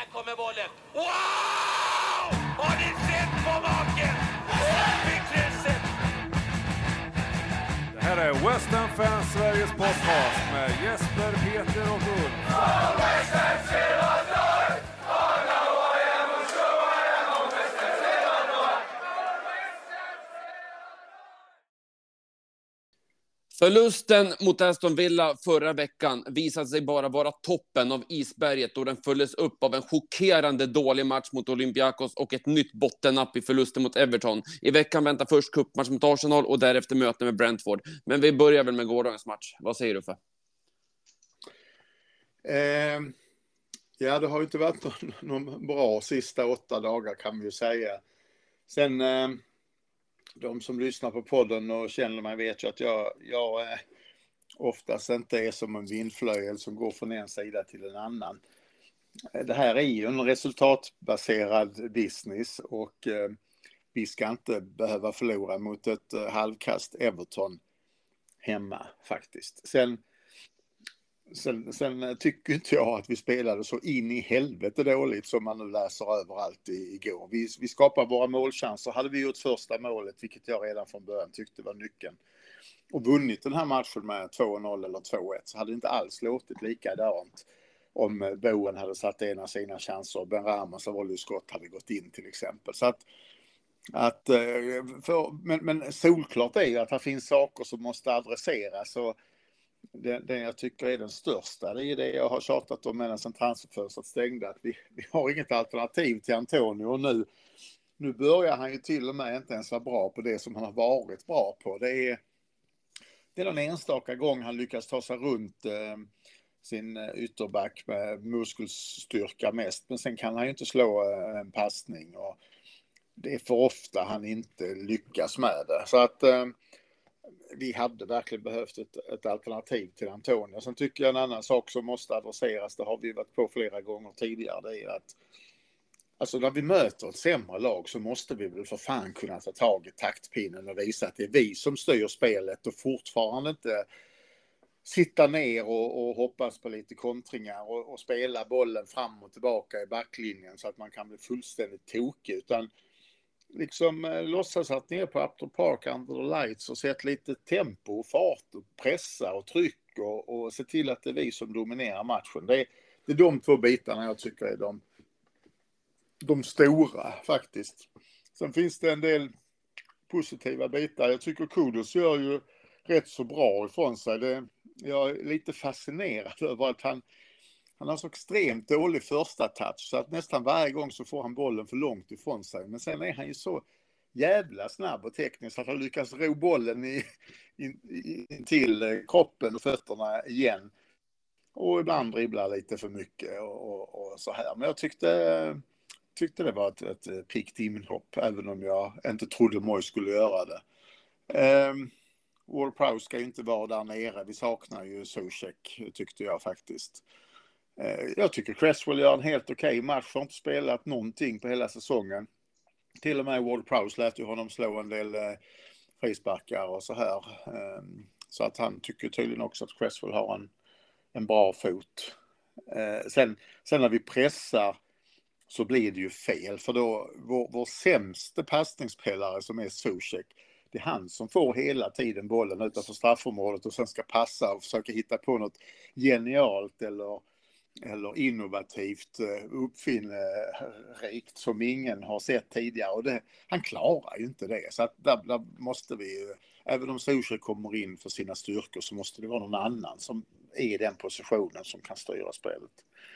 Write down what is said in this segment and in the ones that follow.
Här kommer bollen. Wow! Har ni sett på maken? Det här är West Ham Fans Sveriges podcast med Jesper, Peter och Ulf. Förlusten mot Aston Villa förra veckan visade sig bara vara toppen av isberget, och den följdes upp av en chockerande dålig match mot Olympiakos och ett nytt bottennapp i förlusten mot Everton. I veckan väntar först cupmatch mot Arsenal och därefter möte med Brentford. Men vi börjar väl med gårdagens match. Vad säger du för? Ja, det har ju inte varit någon bra sista 8 dagar kan vi ju säga. Sen de som lyssnar på podden och känner mig vet ju att jag oftast inte är som en vindflöjel som går från en sida till en annan. Det här är ju en resultatbaserad business och vi ska inte behöva förlora mot ett halvkast Everton hemma faktiskt. Sen tycker inte jag att vi spelade så in i helvete dåligt som man nu läser överallt igår. Vi skapar våra målchanser. Hade vi gjort första målet, vilket jag redan från början tyckte var nyckeln, och vunnit den här matchen med 2-0 eller 2-1, så hade det inte alls låtit likadant om Bowen hade satt en av sina chanser och Ben Ramos och volleyskott hade gått in till exempel. Så men solklart är ju att det finns saker som måste adresseras, och det jag tycker är den största, det är det jag har tjatat om medan transferfönstret stängde, att vi har inget alternativ till Antonio, och nu börjar han ju till och med inte ens vara bra på det som han har varit bra på. Det är någon enstaka gång han lyckas ta sig runt sin ytterback med muskelstyrka mest, men sen kan han ju inte slå en passning, och det är för ofta han inte lyckas med det. Så att vi hade verkligen behövt ett alternativ till Antonio. Sen tycker jag en annan sak som måste adresseras, det har vi varit på flera gånger tidigare, det är att alltså när vi möter ett sämre lag så måste vi väl för fan kunna ta tag i taktpinnen och visa att det är vi som styr spelet, och fortfarande inte sitta ner och hoppas på lite kontringar och spela bollen fram och tillbaka i backlinjen så att man kan bli fullständigt tokig, utan liksom låtsas att ni är på Upton Park under the lights och sett lite tempo och fart och pressa och tryck och se till att det är vi som dominerar matchen. Det är de två bitarna jag tycker är de stora faktiskt. Sen finns det en del positiva bitar. Jag tycker Kudus gör ju rätt så bra ifrån sig. Jag är lite fascinerad över att han har så extremt dålig första touch, så att nästan varje gång så får han bollen för långt ifrån sig. Men sen är han ju så jävla snabb och teknisk att han lyckas ro bollen till kroppen och fötterna igen. Och ibland dribblar lite för mycket och så här. Men jag tyckte det var ett piggt inhopp, även om jag inte trodde Moy skulle göra det. Ward-Prowse ska ju inte vara där nere. Vi saknar ju Soucek, tyckte jag faktiskt. Jag tycker Cresswell gör en helt okej match. Har inte spelat någonting på hela säsongen. Till och med Ward-Prowse lät ju honom slå en del frisparkar och så här. Så att han tycker tydligen också att Cresswell har en bra fot. Sen när vi pressar så blir det ju fel. För då vår sämste passningsspelare som är Soucek, det är han som får hela tiden bollen utanför straffområdet och sen ska passa och försöka hitta på något genialt eller innovativt uppfinnerikt som ingen har sett tidigare, och han klarar ju inte det. Så att där måste vi ju, även om Soucek kommer in för sina styrkor, så måste det vara någon annan som är i den positionen som kan styra spelet.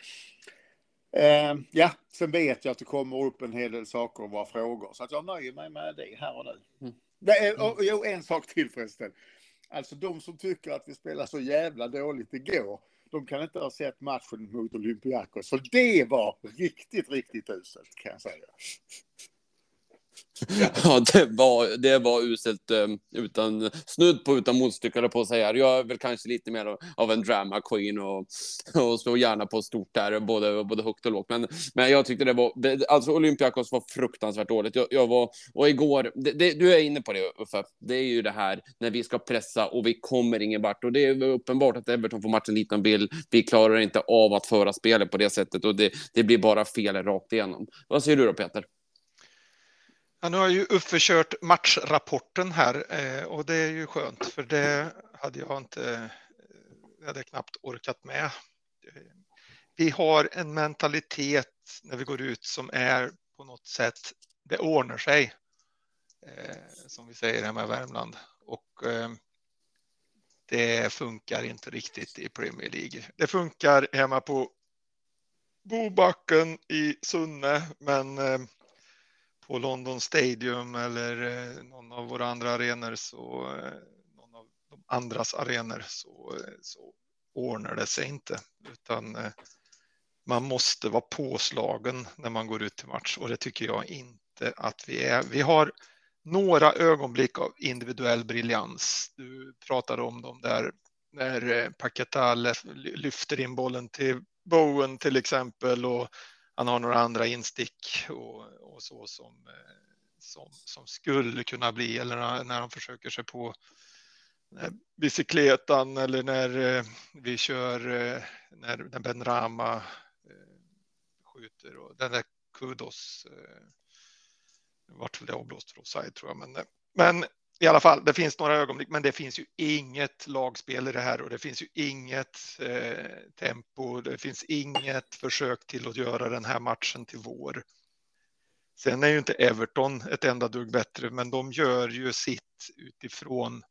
Sen vet jag att det kommer upp en hel del saker och våra frågor, så att jag nöjer mig med det här och nu. Jo, en sak till förresten. Alltså de som tycker att vi spelar så jävla dåligt igår, de kan inte ha sett matchen mot Olympiakos. Så det var riktigt, riktigt uselt, kan jag säga. Ja, det var uselt utan snudd på utan motstycke på att säga. Jag är väl kanske lite mer av en drama queen och slår gärna på stort där, både högt och lågt. Men jag tyckte alltså Olympiakos var fruktansvärt dåligt. Och igår, du är inne på det, Uffe. Det är ju det här när vi ska pressa och vi kommer ingen vart. Och det är uppenbart att Everton får matchen dit de vill. Vi klarar inte av att föra spelet på det sättet och det blir bara fel rakt igenom. Vad säger du då, Peter? Ja, nu har ju Uffe kört matchrapporten här och det är ju skönt för det hade jag hade knappt orkat med. Vi har en mentalitet när vi går ut som är på något sätt, det ordnar sig, som vi säger hemma i Värmland, och det funkar inte riktigt i Premier League. Det funkar hemma på Bobacken i Sunne, men på London Stadium eller någon av våra andra arenor, någon av de andras arenor, så ordnar det sig inte, utan man måste vara påslagen när man går ut till match, och det tycker jag inte att vi är. Vi har några ögonblick av individuell briljans. Du pratade om dem där när Paquetá lyfter in bollen till Bowen till exempel, och han har några andra instick och så som skulle kunna bli, eller när han försöker sig på bicykletan, eller när vi kör när Ben Rama skjuter, och den där Kudos vart det avblåst för offside tror jag, men i alla fall, det finns några ögonblick, men det finns ju inget lagspel i det här, och det finns ju inget tempo, det finns inget försök till att göra den här matchen till vår. Sen är ju inte Everton ett enda dugg bättre, men de gör ju sitt utifrån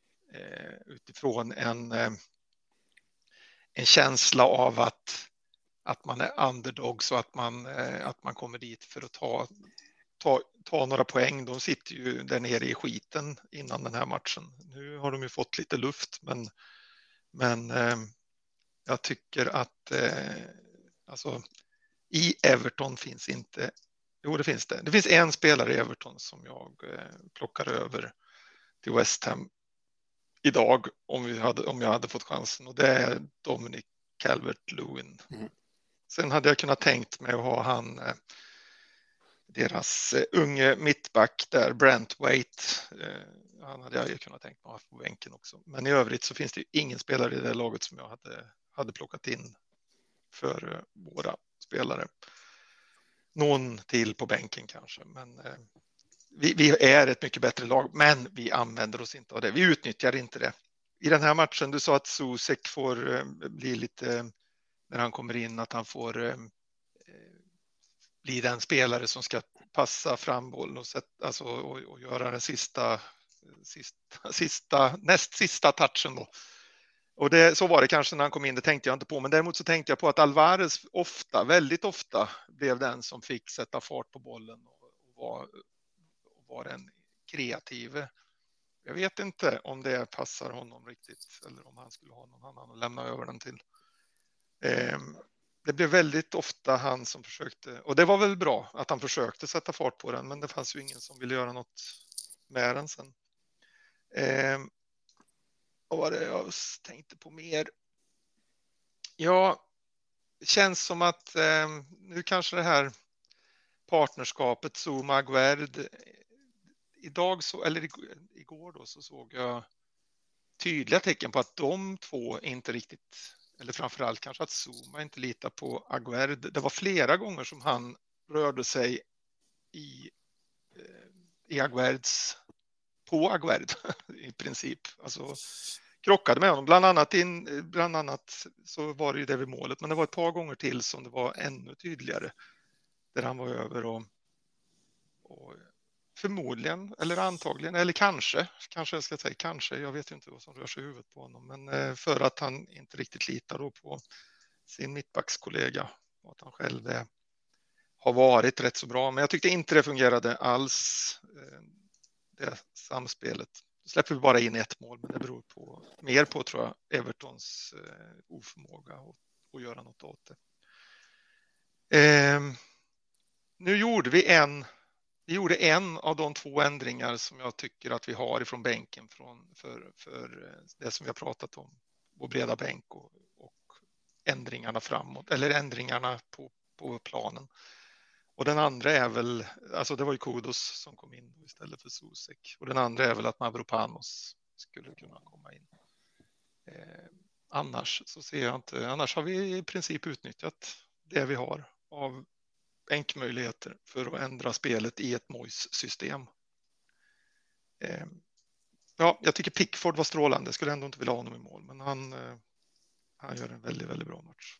en känsla av att man är underdog, så att man kommer dit för att ta några poäng. De sitter ju där nere i skiten innan den här matchen. Nu har de ju fått lite luft, men jag tycker att alltså, i Everton finns inte. Jo, det finns det. Det finns en spelare i Everton som jag plockar över till West Ham idag om jag hade fått chansen, och det är Dominic Calvert-Lewin. Sen hade jag kunnat tänkt mig att ha han deras unge mittback där, Brentwaite. Han hade jag kunnat tänkt mig att ha på bänken också. Men i övrigt så finns det ju ingen spelare i det laget som jag hade plockat in för våra spelare. Någon till på bänken kanske, men vi är ett mycket bättre lag, men vi använder oss inte av det. Vi utnyttjar inte det. I den här matchen, du sa att Susek får bli lite, när han kommer in, att han får bli den spelare som ska passa fram bollen och göra den näst sista touchen då. Och så var det kanske när han kom in, det tänkte jag inte på. Men däremot så tänkte jag på att Alvarez väldigt ofta blev den som fick sätta fart på bollen och var den kreative. Jag vet inte om det passar honom riktigt, eller om han skulle ha någon annan att lämna över den till. Det blev väldigt ofta han som försökte, och det var väl bra att han försökte sätta fart på den, men det fanns ju ingen som ville göra något med den sen. Och vad det jag tänkte på mer? Ja, det känns som att nu kanske det här partnerskapet Zouma Aguerd, igår då, så såg jag tydliga tecken på att de två inte riktigt, eller framförallt kanske att Zouma inte litar på Aguerd. Det var flera gånger som han rörde sig i Aguerds, på Aguerd i princip. Alltså krockade med honom. Bland annat så var det ju det vid målet, men det var ett par gånger till som det var ännu tydligare. Där han var över och förmodligen, eller antagligen, eller kanske jag ska säga kanske, jag vet ju inte vad som rör sig i huvudet på honom, men för att han inte riktigt litar då på sin mittbackskollega, och att han själv har varit rätt så bra. Men jag tyckte inte det fungerade alls, det samspelet. Då släpper vi bara in ett mål, men det beror mer på tror jag Evertons oförmåga att göra något åt det. Nu gjorde vi en Vi gjorde en av de 2 ändringar som jag tycker att vi har ifrån bänken för det som vi har pratat om, vår breda bänk och ändringarna framåt, eller ändringarna på planen. Och den andra är väl, alltså det var ju Kudos som kom in istället för Susek. Och den andra är väl att Mavropanos skulle kunna komma in. Annars så ser jag inte, annars har vi i princip utnyttjat det vi har av bänkmöjligheter för att ändra spelet i ett Moyes-system. Ja, jag tycker Pickford var strålande. Jag skulle ändå inte vilja ha honom i mål, men han gör en väldigt, väldigt bra match.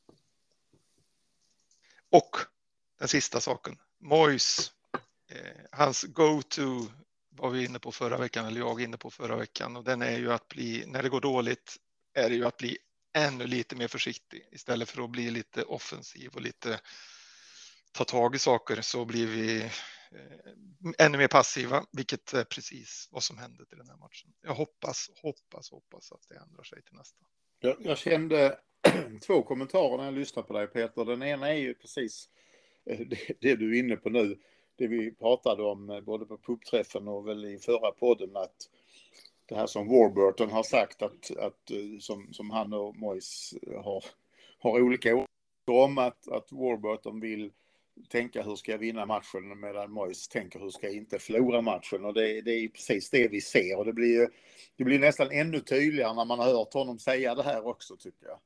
Och den sista saken, Moyes, hans go-to var vi inne på förra veckan, eller jag inne på förra veckan, och den är ju att bli, när det går dåligt, är det ju att bli ännu lite mer försiktig istället för att bli lite offensiv och lite ta tag i saker, så blir vi ännu mer passiva, vilket är precis vad som hände till den här matchen. Jag hoppas att det ändrar sig till nästa. Jag kände 2 kommentarer när jag lyssnade på dig, Peter. Den ena är ju precis det du är inne på nu. Det vi pratade om både på pubträffen och väl i förra podden, att det här som Warburton har sagt, att som han och Moyes har olika åsikter om, att Warburton vill tänka hur ska jag vinna matchen, medan Moyes tänker hur ska jag inte förlora matchen. Och det är precis det vi ser, och det blir nästan ännu tydligare när man har hört honom säga det här också, tycker jag.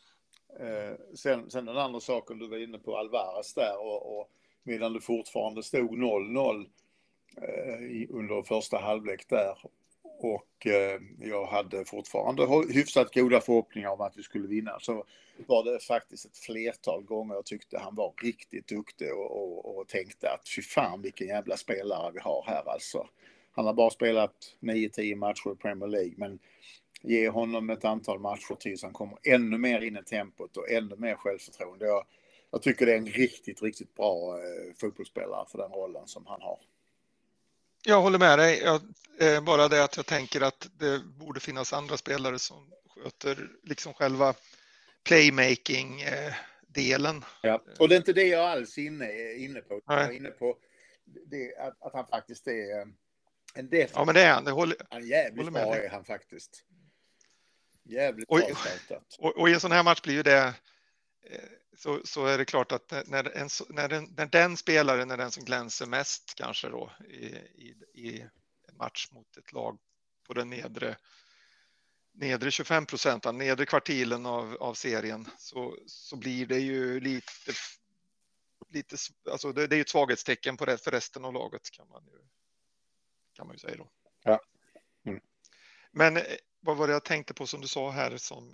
Sen den andra saken du var inne på, Alvarez där, och medan det fortfarande stod 0-0 under första halvlek där, och jag hade fortfarande hyfsat goda förhoppningar om att vi skulle vinna, så var det faktiskt ett flertal gånger jag tyckte han var riktigt duktig och tänkte att fy fan vilken jävla spelare vi har här alltså. Han har bara spelat 9-10 matcher i Premier League, men ge honom ett antal matcher till så han kommer ännu mer in i tempot och ännu mer självförtroende. Jag tycker det är en riktigt, riktigt bra fotbollsspelare för den rollen som han har. Jag håller med dig. Bara det att jag tänker att det borde finnas andra spelare som sköter liksom själva playmaking-delen. Ja, och det är inte det jag alls inne på. Jag är inne på det, att han faktiskt är en defensiv. Ja, men det är han. Han är jävligt bra, är han faktiskt. Jävligt bra startat. Och i en sån här match blir ju det, så är det klart att när den spelaren är den som glänser mest kanske då i en match mot ett lag på den nedre 25%, nedre kvartilen av serien, så blir det ju lite alltså det är ju ett svaghetstecken för resten av laget, kan man ju säga då. Ja. Men vad var det jag tänkte på som du sa här som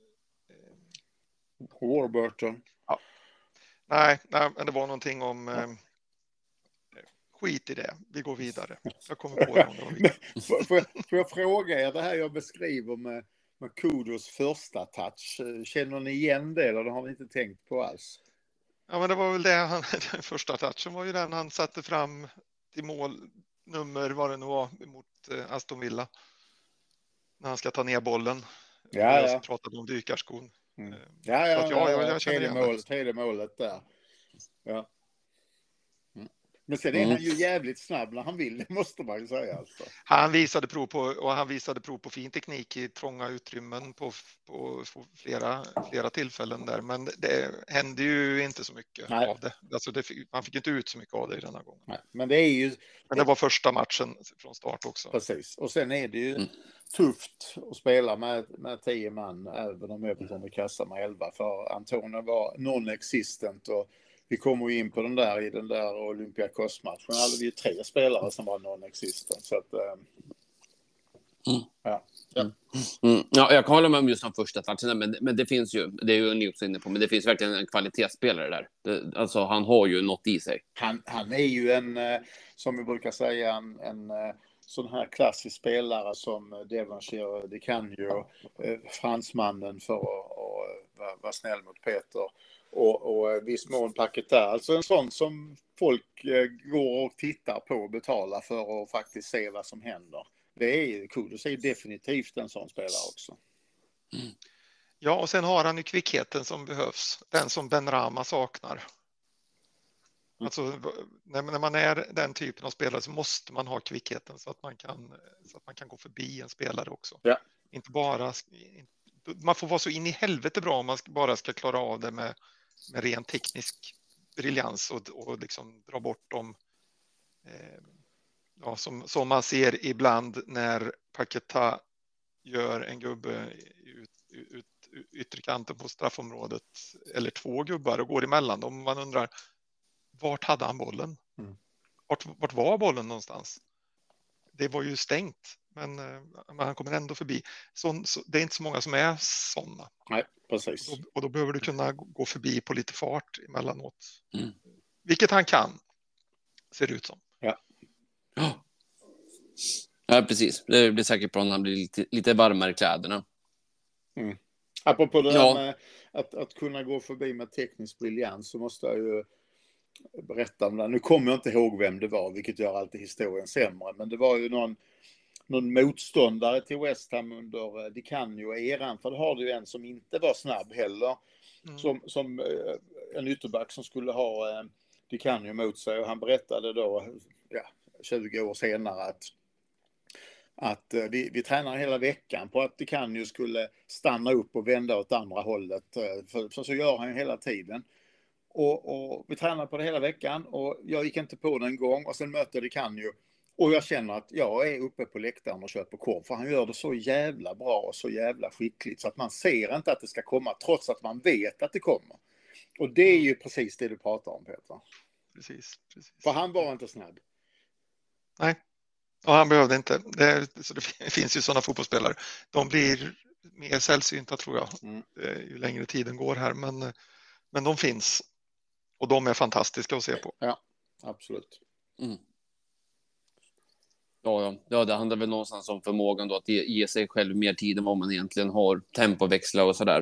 Warburton. Ja. Nej, men det var någonting om skit i det. Vi går vidare. Jag kommer på det. Får jag fråga er, det här jag beskriver med Kudos första touch, känner ni igen det eller har ni inte tänkt på alls? Ja, men det var väl det den första touchen var ju den han satte fram till målnummer, vad det nu var, mot Aston Villa. När han ska ta ner bollen. Jag som pratade om dykarskon. Jag känner tredje målet där. Ja. Men sen är han ju jävligt snabb när han vill, det måste man ju säga. Alltså. Han visade prov på fin teknik i trånga utrymmen på flera tillfällen där, men det hände ju inte så mycket av det. Alltså man fick inte ut så mycket av det i den här gången. Nej, men det var första matchen från start också. Precis, och sen är det ju tufft att spela med 10 man, även om Everton är kassa med 11, för Antonio var non-existent, och vi kommer ju in på i den där Olympiakos-matchen hade vi ju 3 spelare som var non-existent, så att Ja, jag kan hålla med om just de första toucherna, men det finns ju, det är ju ni också inne på, men det finns verkligen en kvalitetsspelare där. Alltså han har ju något i sig. Han är ju en, som vi brukar säga, en sån här klassisk spelare som Devonshire, det kan ju fransmannen, för att vara snäll mot Peter, och viss mån Paquetá, alltså en sån som folk går och tittar på och betalar för att faktiskt se vad som händer. Det är ju Kudos är definitivt en sån spelare också. Ja, och sen har han ju kvickheten som behövs, den som Ben Rama saknar. Alltså, när man är den typen av spelare så måste man ha kvickheten så att man kan gå förbi en spelare också. Ja. Inte bara, man får vara så in i helvete bra om man bara ska klara av det med ren teknisk briljans och liksom dra bort dem. Ja, som man ser ibland när Paquetá gör en gubbe ut ytterkanten på straffområdet eller 2 gubbar och går emellan dem. Man undrar, vart hade han bollen? Vart var bollen någonstans? Det var ju stängt, men han kommer ändå förbi. Så det är inte så många som är sådana. Nej, precis. Och då behöver du kunna gå förbi på lite fart emellanåt. Vilket han kan, ser det ut som. Ja, precis. Det blir säkert bra när han blir lite varmare i kläderna. Apropå det där med att kunna gå förbi med teknisk briljans, så måste jag ju berätta om det. Nu kommer jag inte ihåg vem det var, vilket gör alltid historien sämre. Men det var ju någon motståndare till West Ham under Di Canio-eran. För det har du ju en som inte var snabb heller. Som en ytterback som skulle ha Di Canio mot sig. Och han berättade då, 20 år senare, att vi tränar hela veckan på att Di Canio skulle stanna upp och vända åt andra hållet. För så gör han hela tiden. Och vi tränade på det hela veckan och jag gick inte på det en gång och sen mötte Di Canio. Och jag känner att jag är uppe på läktaren och köper korv, för han gör det så jävla bra och så jävla skickligt så att man ser inte att det ska komma trots att man vet att det kommer. Och det är ju precis det du pratar om, Peter. Precis. För han var inte snabb. Nej, och han behövde inte. Så det finns ju sådana fotbollsspelare. De blir mer sällsynta, tror jag, ju längre tiden går här. Men de finns. Och de är fantastiska att se på. Ja, absolut. Ja, det handlar väl någonstans om förmågan då att ge sig själv mer tid än vad man egentligen har, tempoväxla och sådär.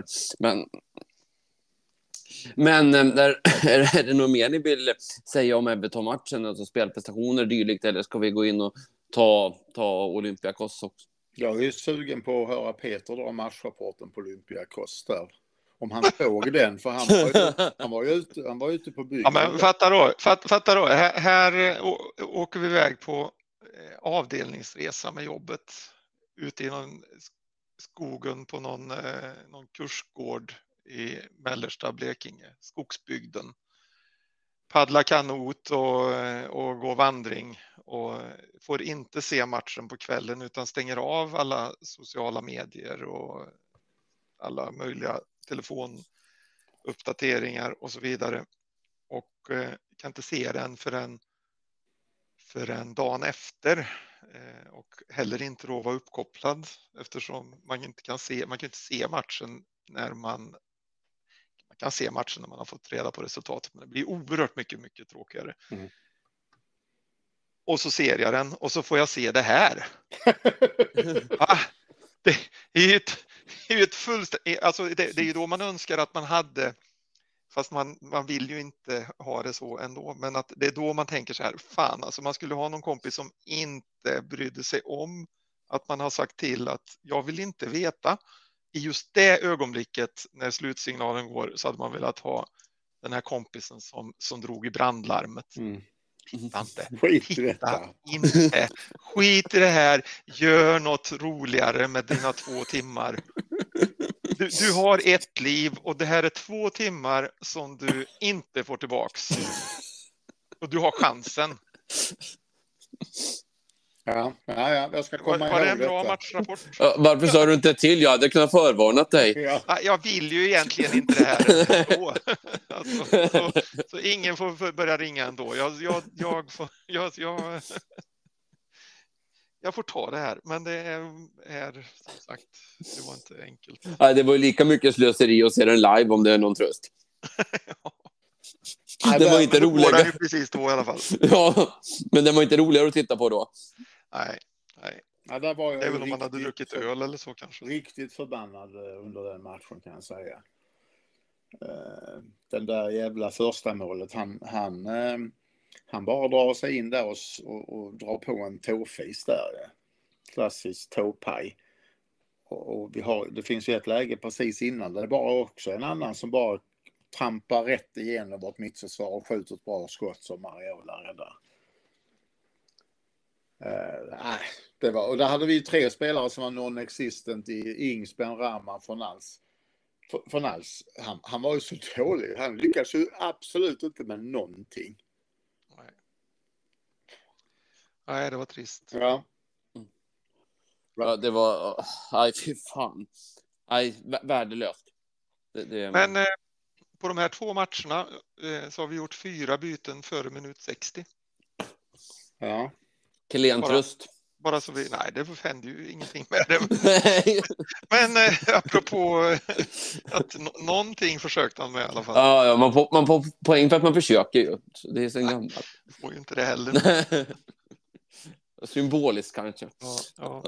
Men är det något mer ni vill säga om Everton-matchen, alltså spelprestationer dylikt, eller ska vi gå in och ta Olympiakos också? Jag är sugen på att höra Peter dra matchrapporten på Olympiakos där. Om han såg den, för han var ute på byggen. Ja, men fatta då. Här åker vi iväg på avdelningsresa med jobbet ute i någon skogen på någon kursgård i mellersta Blekinge, skogsbygden. Paddla kanot och gå vandring och får inte se matchen på kvällen utan stänger av alla sociala medier och alla möjliga telefonuppdateringar och så vidare. Och kan inte se den förrän dagen efter, och heller inte då vara uppkopplad eftersom man kan inte se matchen när man kan se matchen när man har fått reda på resultatet, men det blir oerhört mycket tråkigare. Och så ser jag den och så får jag se det här. Det är ju ett fullständigt, alltså det är ju då man önskar att man hade, fast man vill ju inte ha det så ändå, men att det är då man tänker så här, fan, alltså man skulle ha någon kompis som inte brydde sig om att man har sagt till att jag vill inte veta. I just det ögonblicket när slutsignalen går så hade man velat ha den här kompisen som drog i brandlarmet. Titta inte. Skit i det här. Gör något roligare med dina 2 timmar. Du har ett liv och det här är 2 timmar som du inte får tillbaks. Och du har chansen. Ja, jag ska komma ihåg. Var det en bra matchrapport? Varför sa du inte till? Jag hade kunnat förvarnat dig. Ja. Jag vill ju egentligen inte det här ändå. Alltså, så ingen får börja ringa ändå. Jag får ta det här, men det är som sagt, det var inte enkelt. Nej, det var ju lika mycket slöseri att se den live om det är någon tröst. Ja. Det var inte roligare. Ju precis då i alla fall. Ja, men det var inte roligare att titta på då. Nej. Ja, där var jag det är väl om man hade druckit öl eller så kanske. Riktigt förbannad under den matchen, kan jag säga. Den där jävla första målet, han bara drar sig in där och drar på en tåfis där. Klassisk tåpaj. Och det finns ju ett läge precis innan där det bara också en annan som bara trampar rätt igenom vårt mittförsvar och skjuter ett bra skott som Areola räddar. Det var, och där hade vi 3 spelare som var non-existent i Ings, Benrahma, von Hals. Han var ju så dålig. Han lyckades ju absolut inte med någonting. Nej, det var trist. Ja. Ja, det var... Aj, fy fan. Aj, värdelöst. Men på de här 2 matcherna så har vi gjort 4 byten före minut 60. Ja. Klen tröst. Bara så vi... Nej, det händer ju ingenting med det. Men apropå att någonting försökte han med i alla fall. Ja, man får poäng för att man försöker ju. Det är så gammalt. Får ju inte det heller. Symboliskt kanske. Ja.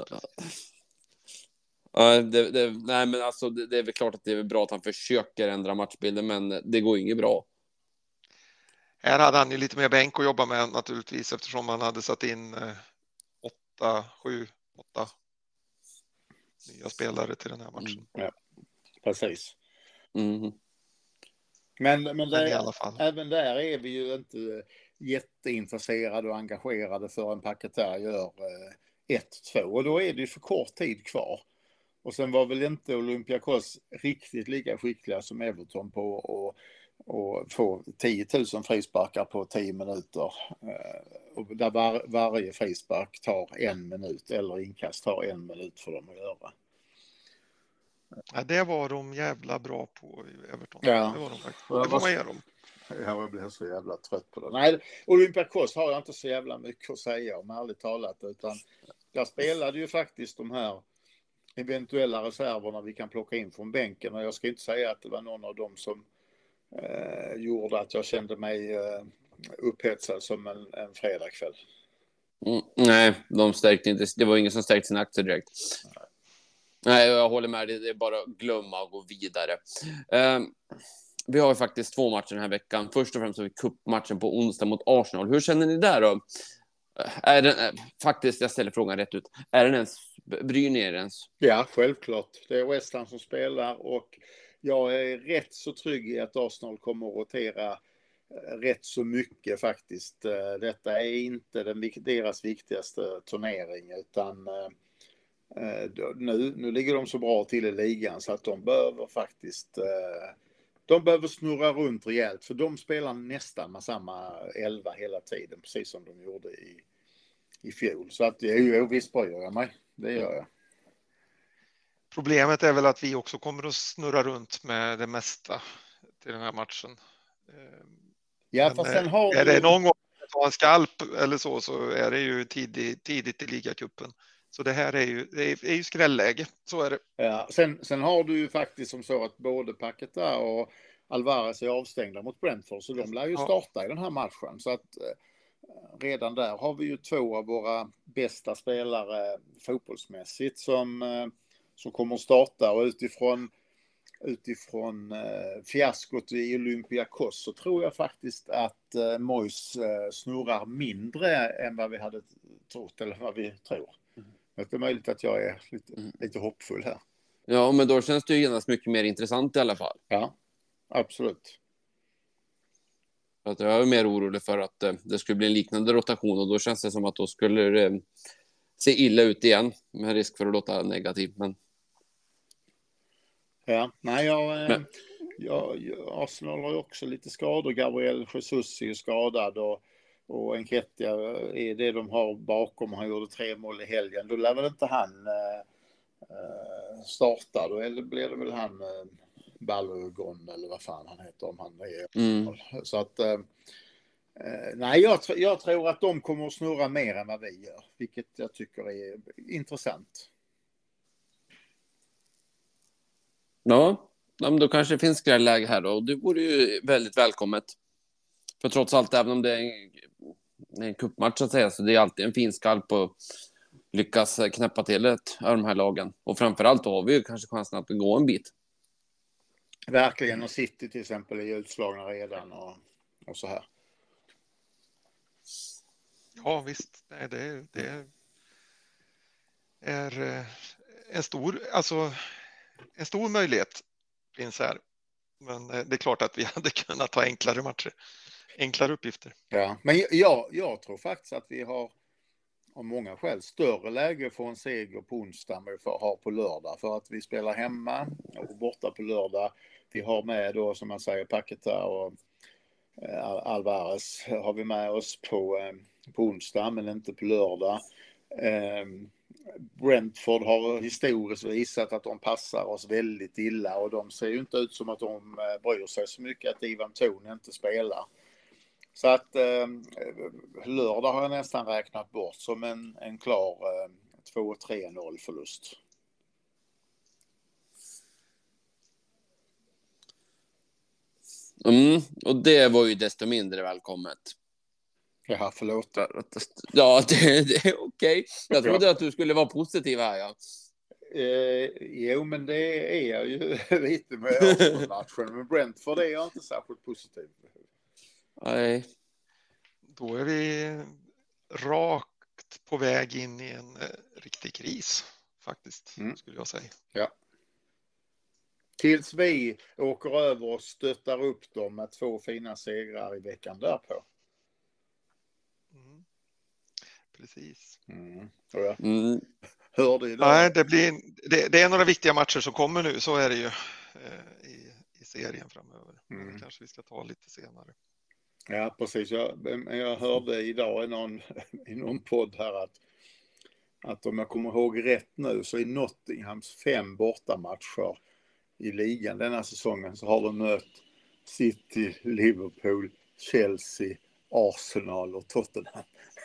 Nej, men alltså det är väl klart att det är bra att han försöker ändra matchbilden, men det går inget bra. Här hade han ju lite mer bänk att jobba med naturligtvis, eftersom han hade satt in 8 nya spelare till den här matchen. Ja, precis. Mm. Men Men i alla fall. även där är vi ju inte jätteintresserade och engagerade för en Paquetá gör 1-2. Och då är det ju för kort tid kvar. Och sen var väl inte Olympiakos riktigt lika skickliga som Everton på att få 10 000 frisparkar på 10 minuter. Och där varje frispark tar 1 minut eller inkast tar 1 minut för dem att göra. Ja, det var de jävla bra på i Everton. Ja. Det var de faktiskt. Det var med dem. Jag blir så jävla trött på det. Nej, Olympiakos har jag inte så jävla mycket att säga om, ärligt talat. Utan jag spelade ju faktiskt de här eventuella reserverna vi kan plocka in från bänken. Och jag ska inte säga att det var någon av dem som gjorde att jag kände mig upphetsad som en fredagkväll. Nej, de stärkte inte. Det var ingen som stärkte sin aktie direkt. Nej, jag håller med. Det är bara att glömma och gå vidare. Vi har ju faktiskt 2 matcher den här veckan. Först och främst har vi cupmatchen på onsdag mot Arsenal. Hur känner ni där då? Är den, faktiskt, jag ställer frågan rätt ut. Är den ens, bryr ni er ens? Ja, självklart. Det är West Ham som spelar och jag är rätt så trygg i att Arsenal kommer att rotera rätt så mycket faktiskt. Detta är inte deras viktigaste turnering, utan nu ligger de så bra till i ligan så att de behöver faktiskt snurra runt rejält, för de spelar nästan med samma 11 hela tiden, precis som de gjorde i fjol. Så att det är ju visst bryr jag mig. Det gör jag. Problemet är väl att vi också kommer att snurra runt med det mesta till den här matchen. Ja, fast sen har är det någon gång att ta en skalp eller så är det ju tidigt i ligacupen. Så det här är ju skrälläge, så är det. Ja, sen har du ju faktiskt som så att både Paquetá och Alvarez är avstängda mot Brentford, så de lär ju starta i den här matchen. Så att redan där har vi ju 2 av våra bästa spelare fotbollsmässigt som kommer att starta, och utifrån fiaskot i Olympiakos så tror jag faktiskt att Moyes snurrar mindre än vad vi hade trott, eller vad vi tror. Det är möjligt att jag är lite hoppfull här. Ja, men då känns det ju genast mycket mer intressant i alla fall. Ja, absolut. Att jag är mer orolig för att det skulle bli en liknande rotation, och då känns det som att då skulle det se illa ut igen, med risk för att låta negativ. Men... Ja, nej, Arsenal har ju också lite skador. Gabriel Jesus är ju skadad och Enketia är det de har bakom. Han gjorde 3 mål i helgen. Då lär väl inte han starta då, eller blir det väl han Balogun eller vad fan han heter om han är. Så att nej, jag tror att de kommer att snurra mer än vad vi gör, vilket jag tycker är intressant. Ja, men då kanske det finns skrälläge här då. Och det vore ju väldigt välkommet. För trots allt, även om det är en cupmatch så att säga, så det är alltid en fin skalp att lyckas knäppa till ett av de här lagen. Och framförallt då har vi ju kanske chansen att gå en bit. Verkligen, och City till exempel är utslagna redan och så här. Ja, visst. Nej, det är en stor möjlighet finns här. Men det är klart att vi hade kunnat ta enklare matcher. Enklare uppgifter. Ja, men jag tror faktiskt att vi har av många skäl större läge för en seger på onsdag än vi har på lördag. För att vi spelar hemma och borta på lördag. Vi har med då, som man säger, Paquetá och Alvarez har vi med oss på onsdag, men inte på lördag. Brentford har historiskt visat att de passar oss väldigt illa och de ser ju inte ut som att de bryr sig så mycket att Ivan Toney inte spelar. Så att lördag har jag nästan räknat bort som en klar 2-3-0 förlust. Och det var ju desto mindre välkommet. Ja, förlåt. Ja, det är okej. Jag trodde att du skulle vara positiv här, ja. Jo, men det är jag ju lite med Arsenal-matchen. Men Brentford är jag inte särskilt positiv. Nej. Då är vi rakt på väg in i en riktig kris, faktiskt, skulle jag säga. Ja. Tills vi åker över och stöttar upp dem med 2 fina segrar i veckan därpå. Precis. Hörde idag. Nej, det är några viktiga matcher som kommer nu, så är det ju i serien framöver. Det kanske vi ska ta lite senare. Ja, precis. Jag hörde idag i någon podd här att om jag kommer ihåg rätt nu så är Nottinghams 5 bortamatcher i ligan denna säsongen så har de mött City, Liverpool, Chelsea, Arsenal och Tottenham.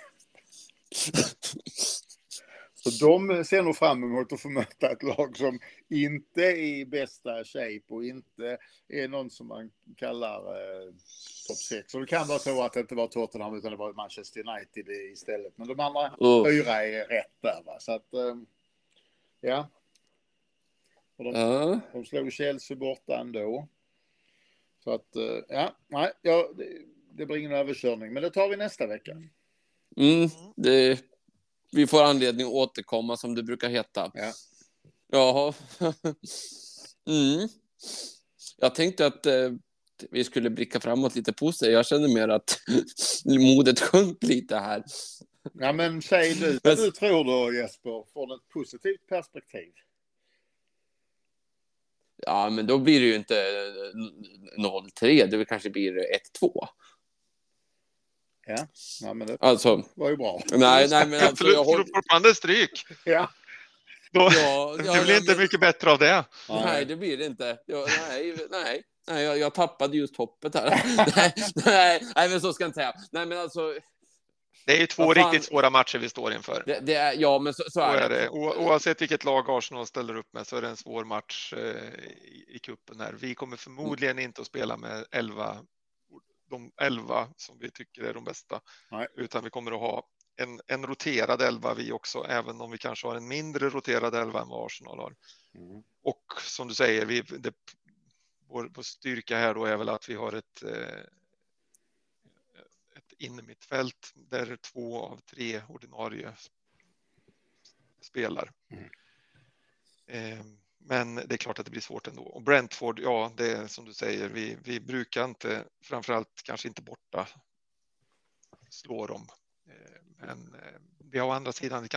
Så de ser nog fram emot att få möta ett lag som inte är i bästa shape och inte är någon som man kallar topp 6. Så det kan vara så att det inte var Tottenham utan det var Manchester United istället. Men de andra 4 är rätt där, va? Så att, ja. Och de slog Chelsea borta ändå. Så att, det blir ingen överkörning. Men det tar vi nästa vecka. Vi får anledning att återkomma, som det brukar heta. Ja. Jaha. Jag tänkte att vi skulle blicka framåt lite på sig. Jag känner mer att modet sjönk lite här. Ja, men säg du vad du tror då, Jesper, från ett positivt perspektiv. Ja, men då blir det ju inte 0-3. Det kanske blir 1-2. Ja, men det var ju bra. Nej, men alltså jag håller fortfarande stryk. Ja. Det blir inte mycket bättre av det. Nej, det blir det inte. Nej, jag tappade just hoppet här. nej, men så ska jag inte säga. Nej, men alltså. Det är ju 2 riktigt svåra matcher vi står inför. Men så är det. Oavsett vilket lag Arsenal ställer upp med så är det en svår match i kuppen här. Vi kommer förmodligen inte att spela med de 11 som vi tycker är de bästa. Nej. Utan vi kommer att ha en roterad 11 vi också, även om vi kanske har en mindre roterad 11 än vad Arsenal har. Och som du säger, vår styrka här då är väl att vi har ett innermittfält där 2 av 3 ordinarie spelar. Men det är klart att det blir svårt ändå. Och Brentford, ja, det är som du säger, vi brukar inte, framförallt kanske inte borta, slå dem. Men vi har å andra sidan ett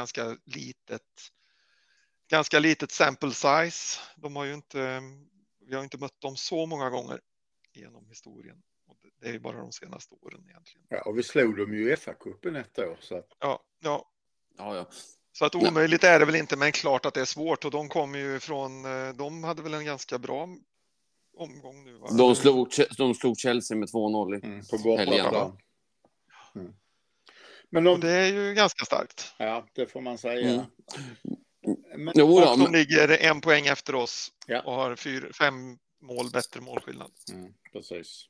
ganska litet sample size. Vi har inte mött dem så många gånger genom historien. Och det är ju bara de senaste åren egentligen. Ja, och vi slog dem ju i FA-cupen ett år. Så att... Ja. Ja. Så att omöjligt är det väl inte, men klart att det är svårt. Och de kom ju från, de hade väl en ganska bra omgång nu, va? De slog Chelsea med 2-0 på bortaplan. Men det är ju ganska starkt. Ja, det får man säga. Men de ligger 1 poäng efter oss och har 5 mål bättre målskillnad. Precis.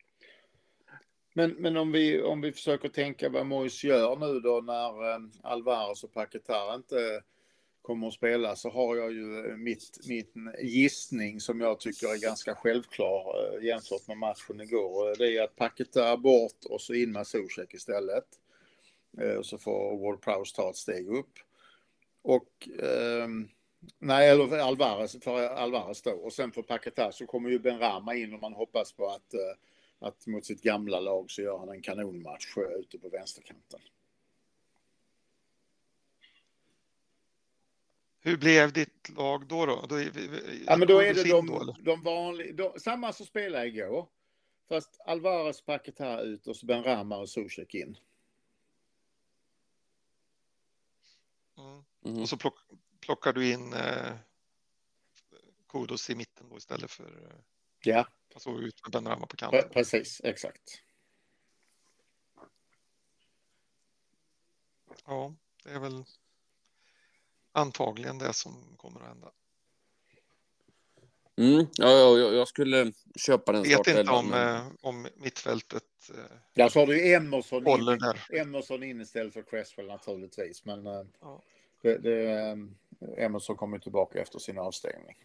Men om vi försöker tänka vad Moyes gör nu då när Alvarez och Paquetá inte kommer att spela, så har jag ju min gissning som jag tycker är ganska självklar jämfört med matchen igår. Det är att Paquetá bort och så in med Soucek istället. Så får Ward-Prowse ta ett steg upp. Och Nej, eller Alvarez då. Och sen för Paquetá så kommer ju Benrahma in och man hoppas på att mot sitt gamla lag så gör han en kanonmatch ute på vänsterkanten. Hur blev ditt lag då? Ja, men då är det de vanliga, samma som spelade igår. Fast Alvarez, Paquetá ut och så Benrahma och Soucek in. Och så plockar du in Kudos i mitten då istället för alltså ut med Benrahma på kanten. Precis, exakt. Ja, det är väl antagligen det som kommer att hända. Jag skulle köpa den starten. Vet inte om mittfältet ja, så har du Emerson in istället för Cresswell naturligtvis. Men Emerson kommer tillbaka efter sin avstängning.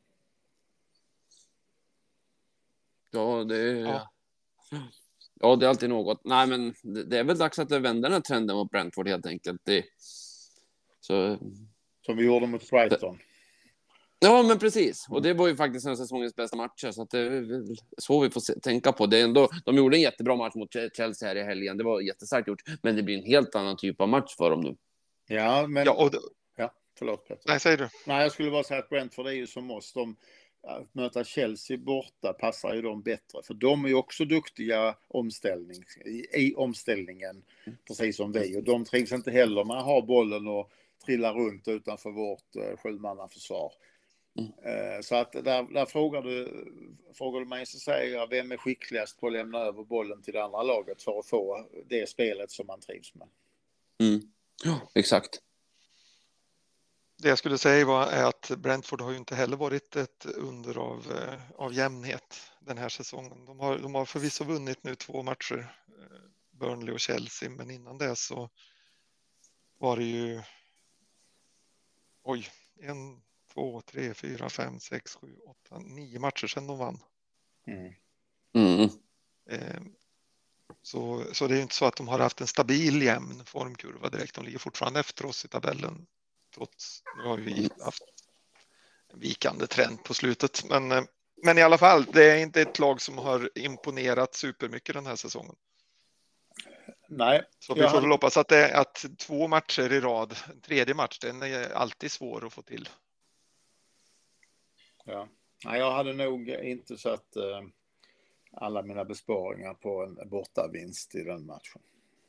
Ja, det är alltid något. Nej, men det är väl dags att vända den här trenden mot Brentford helt enkelt. Som vi gjorde mot Brighton. Ja, men precis. Och det var ju faktiskt en säsongens bästa matcher. Så att det är så vi får tänka på. Det är ändå, de gjorde en jättebra match mot Chelsea här i helgen. Det var jättestarkt gjort. Men det blir en helt annan typ av match för dem nu. Ja, men... förlåt Peter. Nej, säger du. Nej, jag skulle bara säga att Brentford är ju som oss. Att möta Chelsea borta passar ju dem bättre. För de är ju också duktiga i omställningen. Precis som vi. Och de trivs inte heller med att ha bollen och trilla runt utanför vårt 7-mannaförsvar. Så att där frågar du mig så säger jag vem är skickligast på att lämna över bollen till det andra laget för att få det spelet som man trivs med. Ja, exakt. Det jag skulle säga är att Brentford har ju inte heller varit ett under av jämnhet den här säsongen. De har förvisso vunnit nu 2 matcher, Burnley och Chelsea, men innan det så var det ju 1, 2, 3, 4, 5, 6, 7, 8, 9 matcher sedan de vann. Så det är ju inte så att de har haft en stabil jämn formkurva direkt. De ligger fortfarande efter oss i tabellen. Trots, nu har vi haft en vikande trend på slutet. Men i alla fall, det är inte ett lag som har imponerat supermycket den här säsongen. Nej. Så vi får väl hoppas att 2 matcher i rad, en tredje match, den är alltid svår att få till. Ja. Nej, jag hade nog inte satt alla mina besparingar på en bortavinst i den matchen.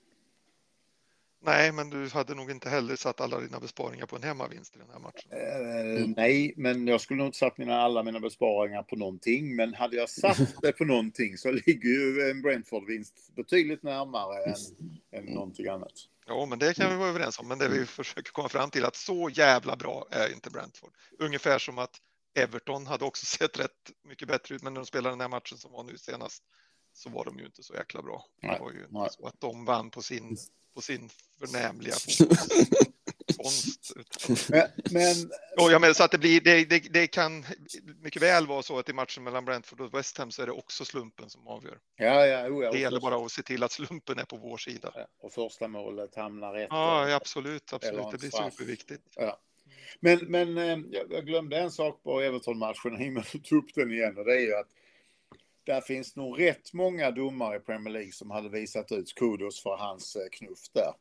Nej, men du hade nog inte heller satt alla dina besparingar på en hemmavinst i den här matchen. Nej, men jag skulle nog inte satt alla mina besparingar på någonting. Men hade jag satt det på någonting så ligger ju en Brentford-vinst betydligt närmare än någonting annat. Ja, men det kan vi vara överens om. Men det vi försöker komma fram till att så jävla bra är inte Brentford. Ungefär som att Everton hade också sett rätt mycket bättre ut, men när de spelade den här matchen som var nu senast så var de ju inte så jäkla bra. Det var ju inte så att de vann på sin förnämliga konst. Men så att det kan mycket väl vara så att i matchen mellan Brentford och West Ham så är det också slumpen som avgör. Det gäller bara att se till att slumpen är på vår sida. Ja, och första målet hamnar rätt. Ja, absolut. Det blir superviktigt. Ja. Men jag glömde en sak på Everton-matchen innan du tog upp den igen, och det är ju att där finns nog rätt många domare i Premier League som hade visat ut Kudos för hans knuff där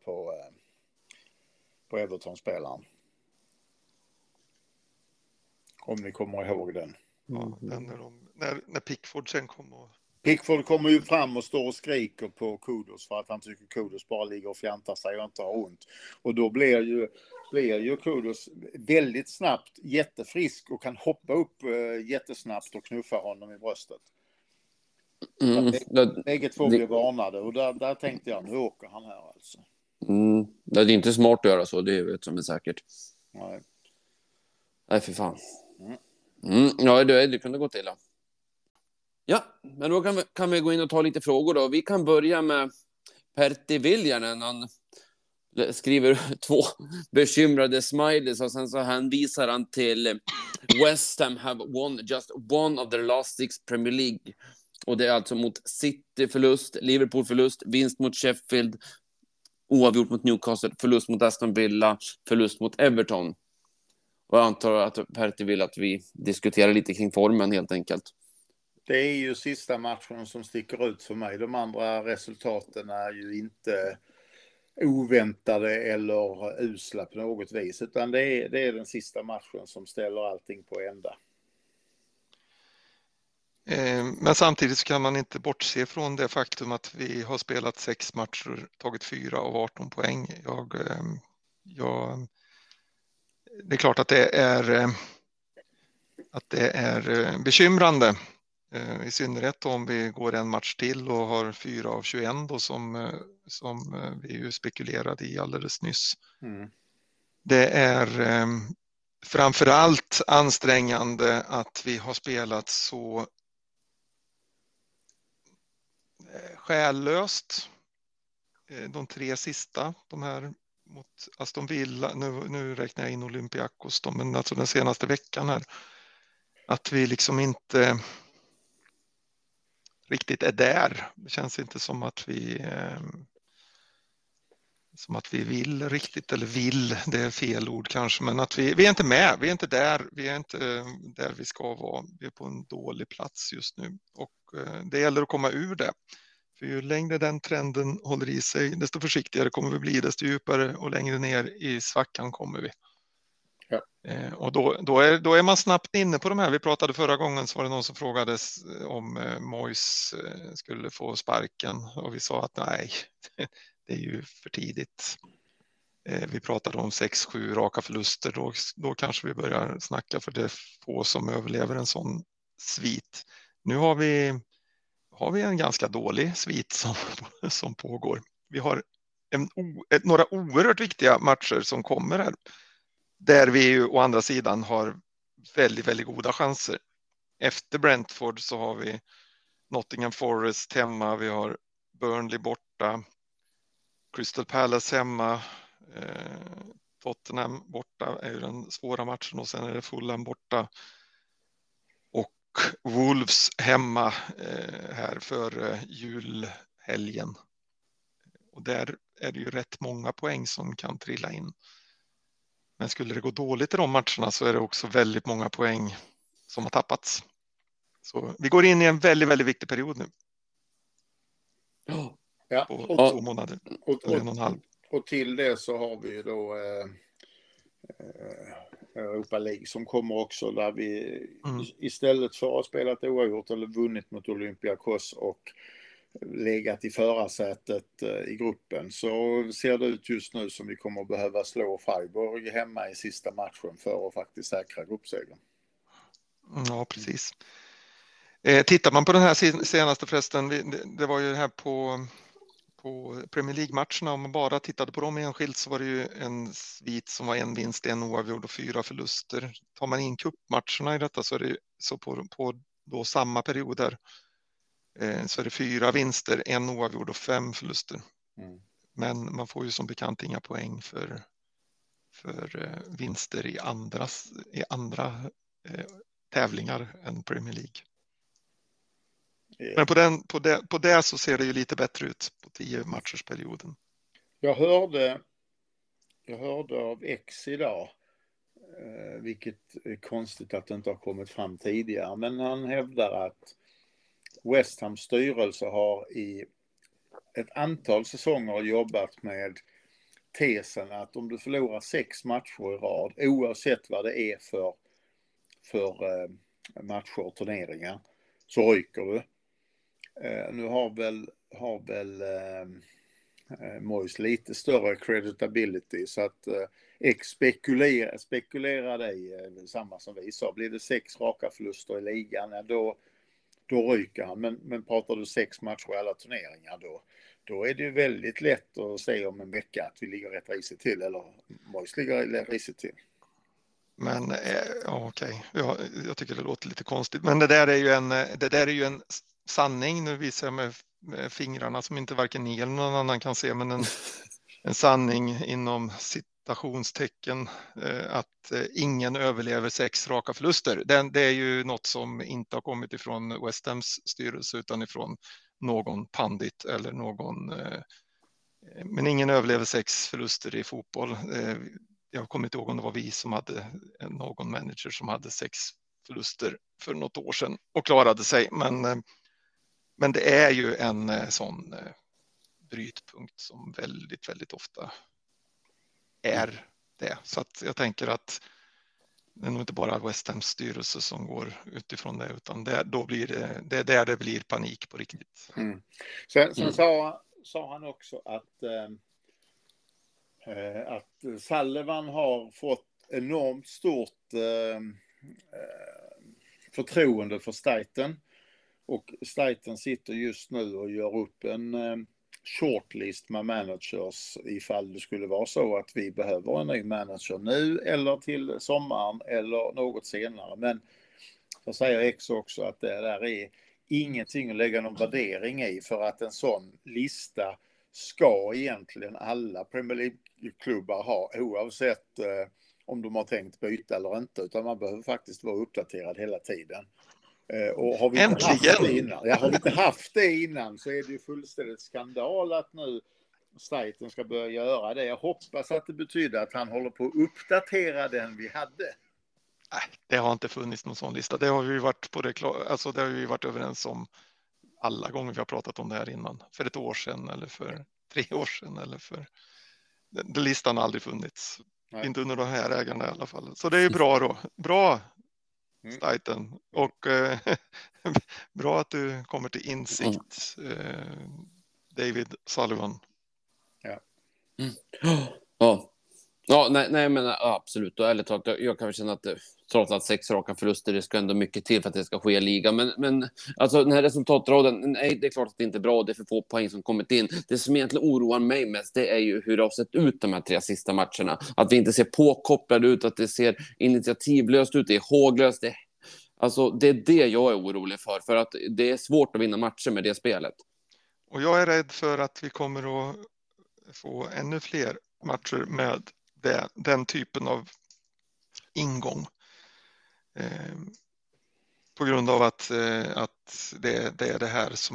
på Everton-spelaren. Om ni kommer ihåg den. Ja, när Pickford sen kom och... Pickford kommer ju fram och står och skriker på Kudos för att han tycker Kudos bara ligger och fjantar sig och inte har ont. Och då blir ju Kudos väldigt snabbt jättefrisk och kan hoppa upp jättesnabbt och knuffa honom i bröstet. Bägge två blev varnade och där tänkte jag, nu åker han här alltså. Det är inte smart att göra så, det är vet som är säkert. Nej, för fan. Ja, det kunde gå till. Ja, men då kan vi gå in och ta lite frågor då. Vi kan börja med Pertti Viljanen. Han skriver 2 bekymrade smileys och sen så hänvisar han till West Ham have won just one of their last 6 Premier League. Och det är alltså mot City förlust, Liverpool förlust, vinst mot Sheffield, oavgjort mot Newcastle, förlust mot Aston Villa, förlust mot Everton. Och jag antar att Pertti vill att vi diskuterar lite kring formen helt enkelt. Det är ju sista matchen som sticker ut för mig. De andra resultaten är ju inte oväntade eller usla på något vis, utan det är den sista matchen som ställer allting på ända. Men samtidigt så kan man inte bortse från det faktum att vi har spelat 6 matcher, tagit 4 av 18 poäng. Det är klart att det är bekymrande, i synnerhet om vi går en match till och har 4 av 21 då, som vi ju spekulerade i alldeles nyss. Det är framförallt ansträngande att vi har spelat så själlöst de 3 sista, de här mot Aston Villa, nu räknar jag in Olympiakos, men alltså den senaste veckan här, att vi liksom inte riktigt är där. Det känns inte som att vi vill riktigt, eller vill, det är fel ord kanske, men att vi är inte med, vi är inte där vi ska vara. Vi är på en dålig plats just nu och det gäller att komma ur det. För ju längre den trenden håller i sig, desto försiktigare kommer vi bli, desto djupare och längre ner i svackan kommer vi. Ja. Och då är man snabbt inne på de här. Vi pratade förra gången, så var det någon som frågades om Moyes skulle få sparken och vi sa att nej, det är ju för tidigt. Vi pratade om 6-7 raka förluster, då kanske vi börjar snacka, för det är få som överlever en sån svit. Nu har vi en ganska dålig svit som pågår. Vi har några oerhört viktiga matcher som kommer här, där vi ju å andra sidan har väldigt, väldigt goda chanser. Efter Brentford så har vi Nottingham Forest hemma, vi har Burnley borta, Crystal Palace hemma, Tottenham borta är ju den svåra matchen, och sen är det Fulham borta och Wolves hemma här för julhelgen. Och där är det ju rätt många poäng som kan trilla in. Men skulle det gå dåligt i de matcherna så är det också väldigt många poäng som har tappats. Så vi går in i en väldigt, väldigt viktig period nu. Ja. På 2 månader. Eller 1,5. Och till det så har vi ju då Europa League som kommer också, där vi istället för att ha spelat oavgjort eller vunnit mot Olympiakos och legat i förarsätet i gruppen, så ser det ut just nu som vi kommer att behöva slå Freiburg hemma i sista matchen för att faktiskt säkra gruppsegern. Ja, precis. Tittar man på den här senaste förresten, det var ju här på Premier League-matcherna, om man bara tittade på dem enskilt så var det ju en svit som var 1 vinst, 1 oavgjord och 4 förluster. Tar man in cupmatcherna i detta så är det så på då samma period där så är det 4 vinster, 1 oavgjord och 5 förluster. Men man får ju som bekant inga poäng för vinster i andra tävlingar än Premier League. Men på det så ser det ju lite bättre ut på 10 matchers perioden. Jag hörde av X idag, vilket är konstigt att det inte har kommit fram tidigare, men han hävdar att West Hams styrelse har i ett antal säsonger jobbat med tesen att om du förlorar 6 matcher i rad, oavsett vad det är för matcher och turneringar, så ryker du. Nu har väl Moyes lite större creditability, så att spekulera dig samma som vi sa. Blir det 6 raka förluster i ligan, då ryker han. Men pratar du 6 matcher i alla turneringar, då är det ju väldigt lätt att säga om en vecka att vi ligger rätt risigt till, eller Moyes ligger rätt risigt till. Men okej. Ja, jag tycker det låter lite konstigt. Men det där är ju en sanning. Nu visar jag med fingrarna som inte varken ni eller någon annan kan se, men en sanning inom citationstecken, att ingen överlever 6 raka förluster. Det är ju något som inte har kommit ifrån West Hams styrelse utan ifrån någon pandit eller någon. Men ingen överlever 6 förluster i fotboll. jag kommer inte ihåg om det var vi som hade någon manager som hade 6 förluster för något år sedan och klarade sig. Men det är ju en sån brytpunkt som väldigt, väldigt ofta är det. Så att jag tänker att det är nog inte bara West Hams styrelse som går utifrån det, utan det är där det blir panik på riktigt. Sen sa han också att Sullivan har fått enormt stort förtroende för Steiten, och Steiten sitter just nu och gör upp en shortlist med managers ifall det skulle vara så att vi behöver en ny manager nu eller till sommaren eller något senare. Men så säger X också att det där är ingenting att lägga någon värdering i, för att en sån lista ska egentligen alla Premier League-klubbar ha, oavsett om de har tänkt byta eller inte, utan man behöver faktiskt vara uppdaterad hela tiden. Och har vi inte haft det innan, så är det ju fullständigt skandal att nu Steiten ska börja göra det. Jag hoppas att det betyder att han håller på att uppdatera den vi hade. Nej, det har inte funnits någon sån lista. Det har vi varit det har vi varit överens om alla gånger vi har pratat om det här innan. För 1 år sedan eller för 3 år sedan eller för... Den listan har aldrig funnits. Nej. Inte under de här ägarna i alla fall. Så det är ju bra då. Bra, Steiten. Och bra att du kommer till insikt, David Sullivan. Ja. Ja, nej, men absolut. Och ärligt talat, jag kan väl känna att trots att 6 raka förluster, det ska ändå mycket till för att det ska ske i liga. Men alltså den här resultatraden, nej, det är klart att det inte är bra. Det är för få poäng som kommit in. Det som egentligen oroar mig mest, det är ju hur det har sett ut de här 3 sista matcherna. Att vi inte ser påkopplade ut, att det ser initiativlöst ut, det är håglöst. Det är det jag är orolig för att det är svårt att vinna matcher med det spelet. Och jag är rädd för att vi kommer att få ännu fler matcher med den typen av ingång. På grund av att det är det här som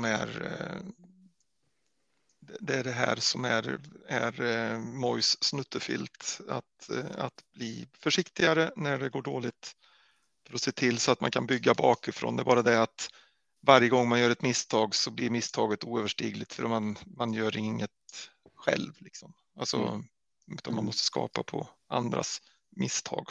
är Moyes snuttefilt, att bli försiktigare när det går dåligt, för att se till så att man kan bygga bakifrån. Det är bara det att varje gång man gör ett misstag så blir misstaget oöverstigligt, för man gör inget själv liksom. Alltså, utan man måste skapa på andras misstag.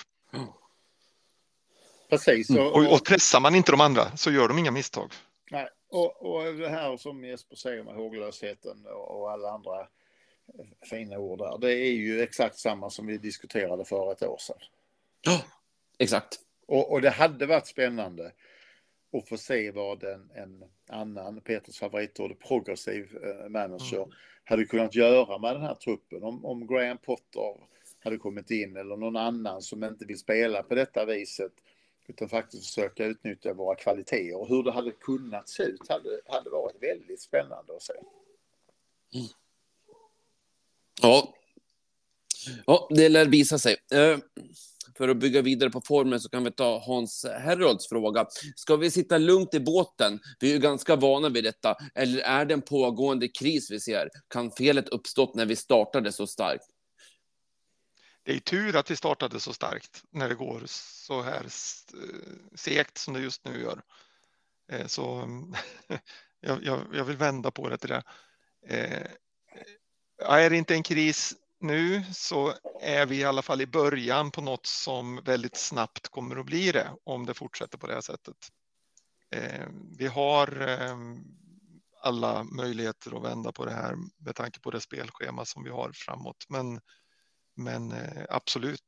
Precis. Och pressar man inte de andra så gör de inga misstag. Nej, och det här som Jesper säger med håglösheten och alla andra fina ord där, det är ju exakt samma som vi diskuterade för 1 år sedan. Ja, exakt. Och det hade varit spännande att få se vad en annan, Peters favoritord, progressiv manager hade kunnat göra med den här truppen. Om Graham Potter hade kommit in, eller någon annan som inte vill spela på detta viset, utan faktiskt försöka utnyttja våra kvaliteter, och hur det hade kunnat se ut hade varit väldigt spännande att se. Ja, det lär visa sig. För att bygga vidare på formen så kan vi ta Hans Herrolds fråga. Ska vi sitta lugnt i båten? Vi är ju ganska vana vid detta. Eller är det en pågående kris vi ser? Kan felet uppstått när vi startade så starkt? Det är tur att vi startade så starkt när det går så här segt som det just nu gör. Så jag vill vända på det till det. Är det inte en kris nu, så är vi i alla fall i början på något som väldigt snabbt kommer att bli det om det fortsätter på det här sättet. Vi har alla möjligheter att vända på det här med tanke på det spelschema som vi har framåt. Men absolut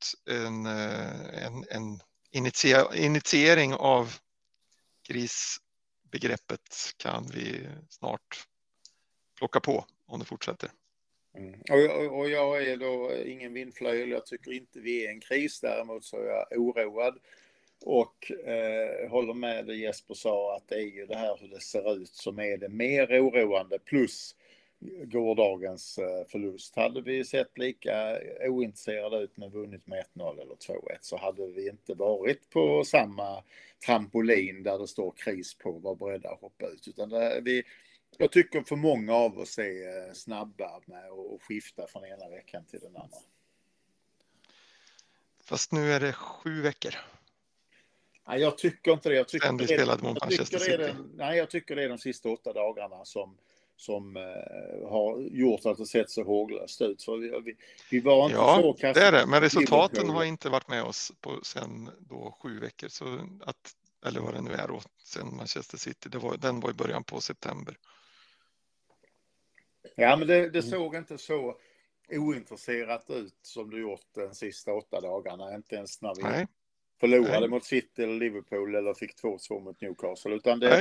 en initiering av krisbegreppet kan vi snart plocka på om det fortsätter. Och jag är då ingen vindflöjel. Jag tycker inte vi är en kris. Däremot så är jag oroad och håller med det Jesper sa, att det är ju det här hur det ser ut som är det mer oroande, plus gårdagens förlust. Hade vi sett lika ointresserade ut med vunnit med 1-0 eller 2-1, så hade vi inte varit på samma trampolin där det står kris på, var beredda att hoppa ut, utan jag tycker för många av oss är snabba med att skifta från ena veckan till den andra. Fast nu är det 7 veckor. Nej, jag tycker inte det. Jag tycker Sen vi spelade mot Manchester City. Jag tycker det är de sista 8 dagarna som har gjort att det sett så håglöst ut. För vi var inte så kassa. Det är det. Men resultaten har inte varit med oss sen då 7 veckor. Så eller vad det nu är då, sen Manchester City. Den var i början på september. Ja, men det såg inte så ointresserat ut som det gjort de sista 8 dagarna. Inte ens när vi förlorade mot City eller Liverpool eller fick 2-2 mot Newcastle. Utan det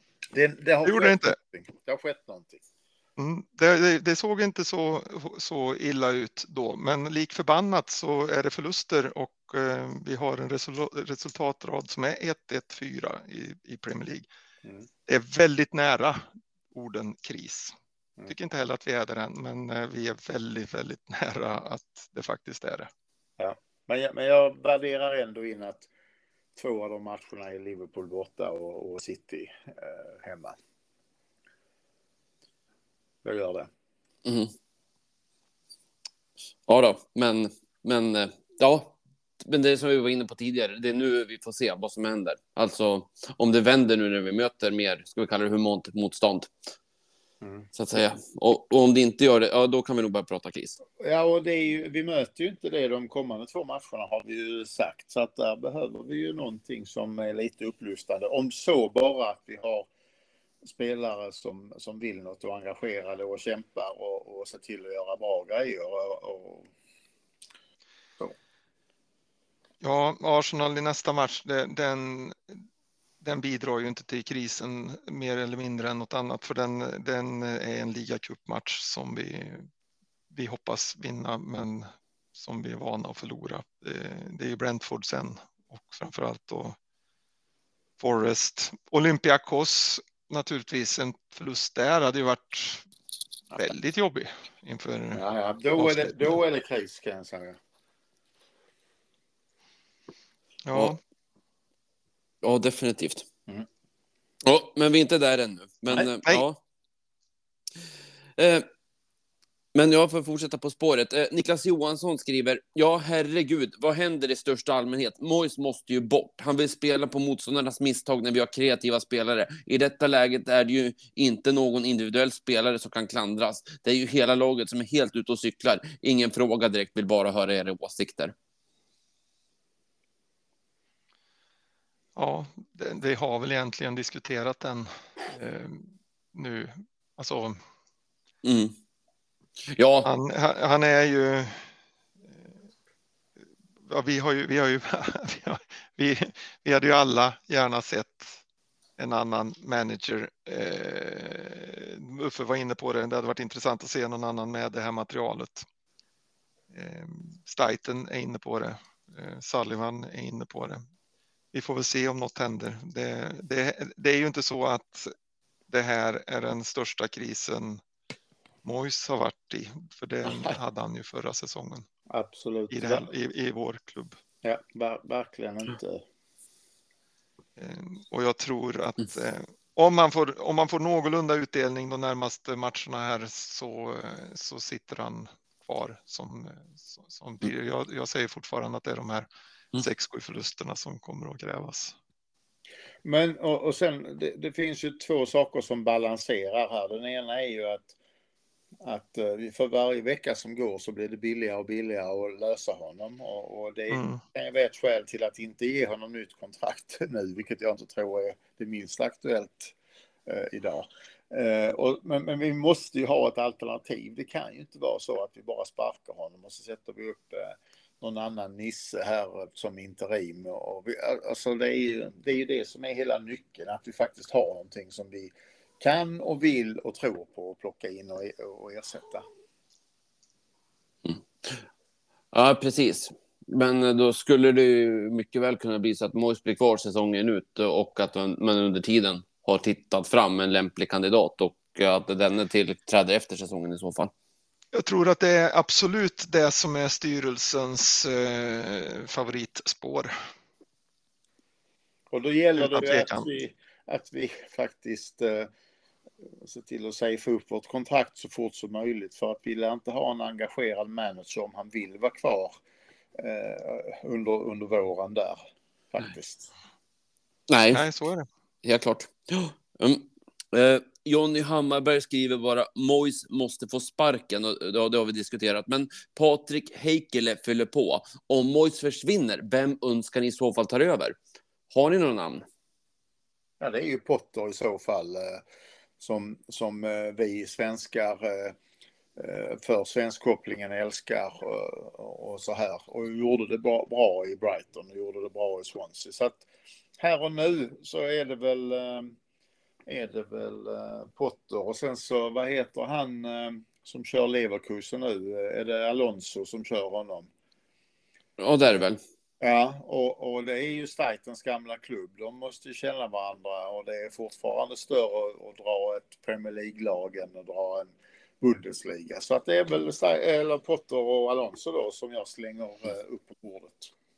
har skett någonting. Det såg inte så illa ut då, men lik förbannat så är det förluster och vi har en resultatrad som är 1-1-4 i Premier League. Det är väldigt nära orden kris. Jag tycker inte heller att vi är där än, men vi är väldigt, väldigt nära att det faktiskt är det. Ja, men jag värderar ändå in att 2 av de matcherna är Liverpool borta och City hemma. Jag gör det. Ja då, men det som vi var inne på tidigare, det är nu vi får se vad som händer. Alltså om det vänder nu när vi möter mer, ska vi kalla det humant motstånd. Så att säga. Och om det inte gör det, då kan vi nog börja prata kris. Ja, och det är ju, vi möter ju inte det de kommande 2 matcherna har vi ju sagt. Så att där behöver vi ju någonting som är lite upplyftande. Om så bara att vi har spelare som vill något och engagerade och kämpar och ser till att göra bra grejer och så. Ja, Arsenal i nästa match, den bidrar ju inte till krisen mer eller mindre än något annat, för den är en ligacupmatch som vi hoppas vinna, men som vi är vana att förlora. Det är ju Brentford sen och framförallt då Forest. Olympiakos, naturligtvis en förlust där hade ju varit väldigt jobbig inför. Ja, då är det kris, kan jag säga. Ja, definitivt. Ja, men vi är inte där ännu. Men nej. Ja. Men jag får fortsätta på spåret. Niklas Johansson skriver: ja, herregud, vad händer i största allmänhet? Moyes måste ju bort. Han vill spela på motståndarnas misstag när vi har kreativa spelare. I detta läget är det ju inte någon individuell spelare som kan klandras. Det är ju hela laget som är helt ute och cyklar. Ingen fråga direkt, vill bara höra era åsikter. Ja, vi har väl egentligen diskuterat den nu. Alltså, ja. Han är ju. Ja, vi hade ju alla gärna sett en annan manager. Uffe var inne på det. Det hade varit intressant att se någon annan med det här materialet. Steiten är inne på det. Sullivan är inne på det. Vi får väl se om något händer. Det är ju inte så att det här är den största krisen Moyes har varit i. För det hade han ju förra säsongen. Absolut. I vår klubb. Ja, verkligen inte. Och jag tror att om man får någorlunda utdelning de närmaste matcherna här så sitter han kvar som jag säger fortfarande att det är de här 6-7 förlusterna som kommer att krävas. Men och sen det finns ju 2 saker som balanserar här. Den ena är ju att för varje vecka som går så blir det billigare och billigare att lösa honom. Och det kan ju vara ett skäl till att inte ge honom nytt kontrakt nu, vilket jag inte tror är det minst aktuellt idag. Men vi måste ju ha ett alternativ. Det kan ju inte vara så att vi bara sparkar honom och så sätter vi upp någon annan nisse här som interim. Alltså det är ju det som är hela nyckeln, att vi faktiskt har någonting som vi kan och vill och tror på att plocka in och ersätta. Ja, precis. Men då skulle det ju mycket väl kunna bli så att Moyes blir kvar säsongen ut och att man under tiden har tittat fram en lämplig kandidat och att den träder efter säsongen i så fall. Jag tror att det är absolut det som är styrelsens favoritspår. Och då gäller det att vi faktiskt ser till att säga upp vårt kontrakt så fort som möjligt, för att vi lär inte ha en engagerad manager om han vill vara kvar under våren där faktiskt. Nej, så är det. helt klart. Jonny Hammarberg skriver bara Mois måste få sparken, och det har vi diskuterat, men Patrik Heikkilä fyller på. Om Mois försvinner, vem önskar ni i så fall tar över? Har ni någon namn? Ja, det är ju Potter i så fall, som vi svenskar för svenskkopplingen älskar och så här. Och gjorde det bra i Brighton och gjorde det bra i Swansea. Så att här och nu så är det väl Potter. Och sen så, vad heter han som kör Leverkusen nu? Är det Alonso som kör honom? Ja, det är det väl. Ja, och det är ju Statens gamla klubb. De måste ju känna varandra, och det är fortfarande större att dra ett Premier League-lag än att dra en Bundesliga. Så att det är väl Potter och Alonso då som jag slänger upp på bordet.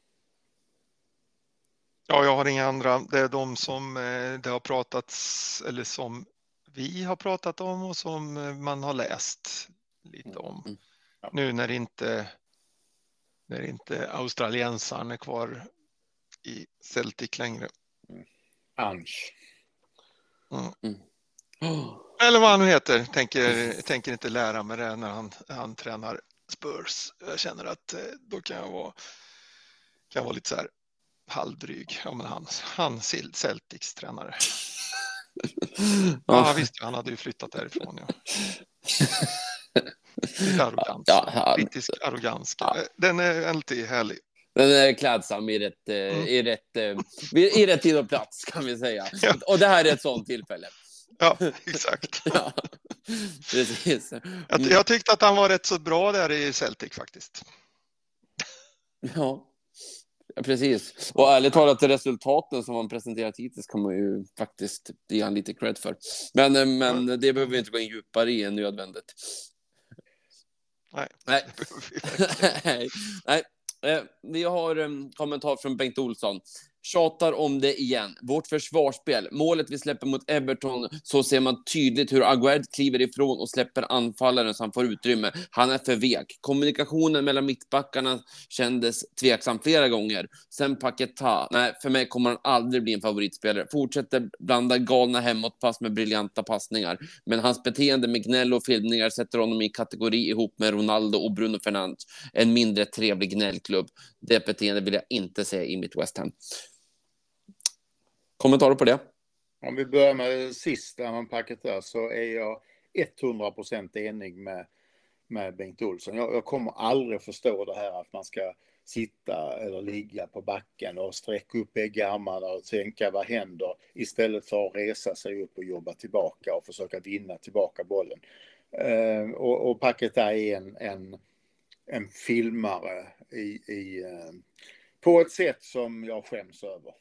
Ja, jag har inga andra. Det är de som det har pratats, eller som vi har pratat om och som man har läst lite om. Ja. Nu när inte australiensaren är kvar i Celtic längre. Ange. Eller vad han nu heter. Tänker inte lära mig det när han tränar Spurs. Jag känner att då kan jag vara lite så här halvdryg. Ja, men han Celtics tränare. Ja, visst, han hade ju flyttat därifrån. Ja. Lite arrogans. Brittisk arrogans. Den är alltid härlig. Den är klädsam i rätt tid och plats, kan vi säga. Ja. Och det här är ett sånt tillfälle. Ja, exakt. Ja, precis. Jag tyckte att han var rätt så bra där i Celtic faktiskt. Ja, precis. Och ärligt talat, resultaten som han presenterat hittills kan man ju faktiskt ge han lite cred för. Men det behöver vi inte gå in djupare i än nödvändigt. Nej. Vi har en kommentar från Bengt Olsson. Tjatar om det igen. Vårt försvarsspel. Målet vi släpper mot Everton, så ser man tydligt hur Aguerd kliver ifrån och släpper anfallaren så han får utrymme. Han är för vek. Kommunikationen mellan mittbackarna kändes tveksam flera gånger. Sen Paquetá. Nej, för mig kommer han aldrig bli en favoritspelare. Fortsätter blanda galna hemåtpass med briljanta passningar. Men hans beteende med gnäll och filmningar sätter honom i kategori ihop med Ronaldo och Bruno Fernandes. En mindre trevlig gnällklubb. Det beteende vill jag inte se i mitt West Ham. Kommentarer på det? Om vi börjar med sista med Paquetá, så är jag 100% enig med Bengt Olsson. Jag kommer aldrig förstå det här att man ska sitta eller ligga på backen och sträcka upp bägge armarna och tänka vad händer, istället för att resa sig upp och jobba tillbaka och försöka vinna tillbaka bollen. Och Paquetá är en filmare på ett sätt som jag skäms över.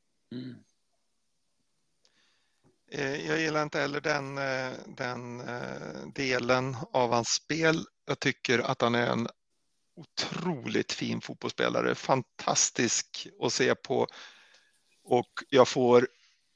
Jag gillar inte heller den delen av hans spel. Jag tycker att han är en otroligt fin fotbollsspelare. Fantastisk att se på. Och jag får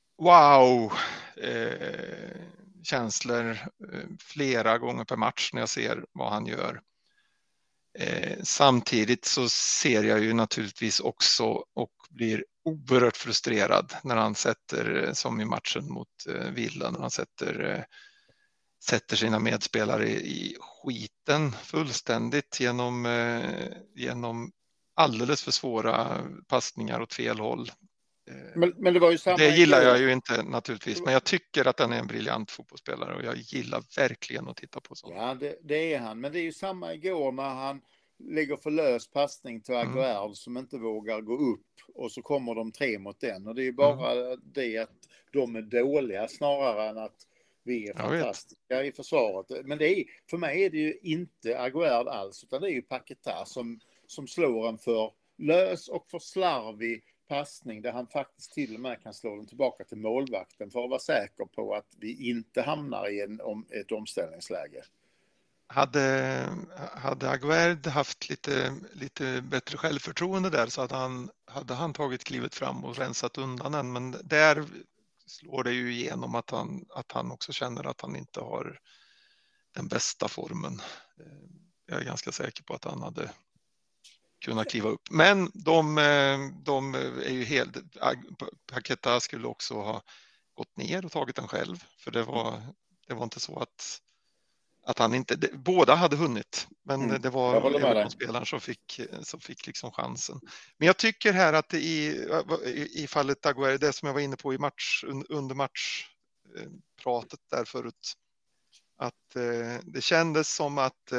känslor flera gånger per match när jag ser vad han gör. Samtidigt så ser jag ju naturligtvis också och blir oerhört frustrerad när han sätter, som i matchen mot Villa, när han sätter sina medspelare i skiten fullständigt genom alldeles för svåra passningar åt fel håll. Men det var ju samma. Det gillar jag ju inte naturligtvis, men jag tycker att han är en briljant fotbollsspelare och jag gillar verkligen att titta på sånt. Ja, det är han. Men det är ju samma igår när han lägger för lös passning till Aguerd som inte vågar gå upp, och så kommer de 3 mot den. Och det är ju bara det att de är dåliga snarare än att vi är fantastiska i försvaret. Men för mig är det ju inte Aguerd alls, utan det är ju Paquetá som slår en för lös och för slarvig passning, där han faktiskt till och med kan slå den tillbaka till målvakten för att vara säker på att vi inte hamnar i ett omställningsläge. Hade Aguerd haft lite bättre självförtroende där, så hade han tagit klivet fram och rensat undan den, men där slår det ju igenom att han också känner att han inte har den bästa formen. Jag är ganska säker på att han hade kunna kliva upp. Men de är ju helt... Paquetá skulle också ha gått ner och tagit den själv. För det var inte så att han inte... båda hade hunnit. Men det var Everton-spelaren som fick liksom chansen. Men jag tycker här att i fallet Aguero, det som jag var inne på under matchpratet där förut, att det kändes som att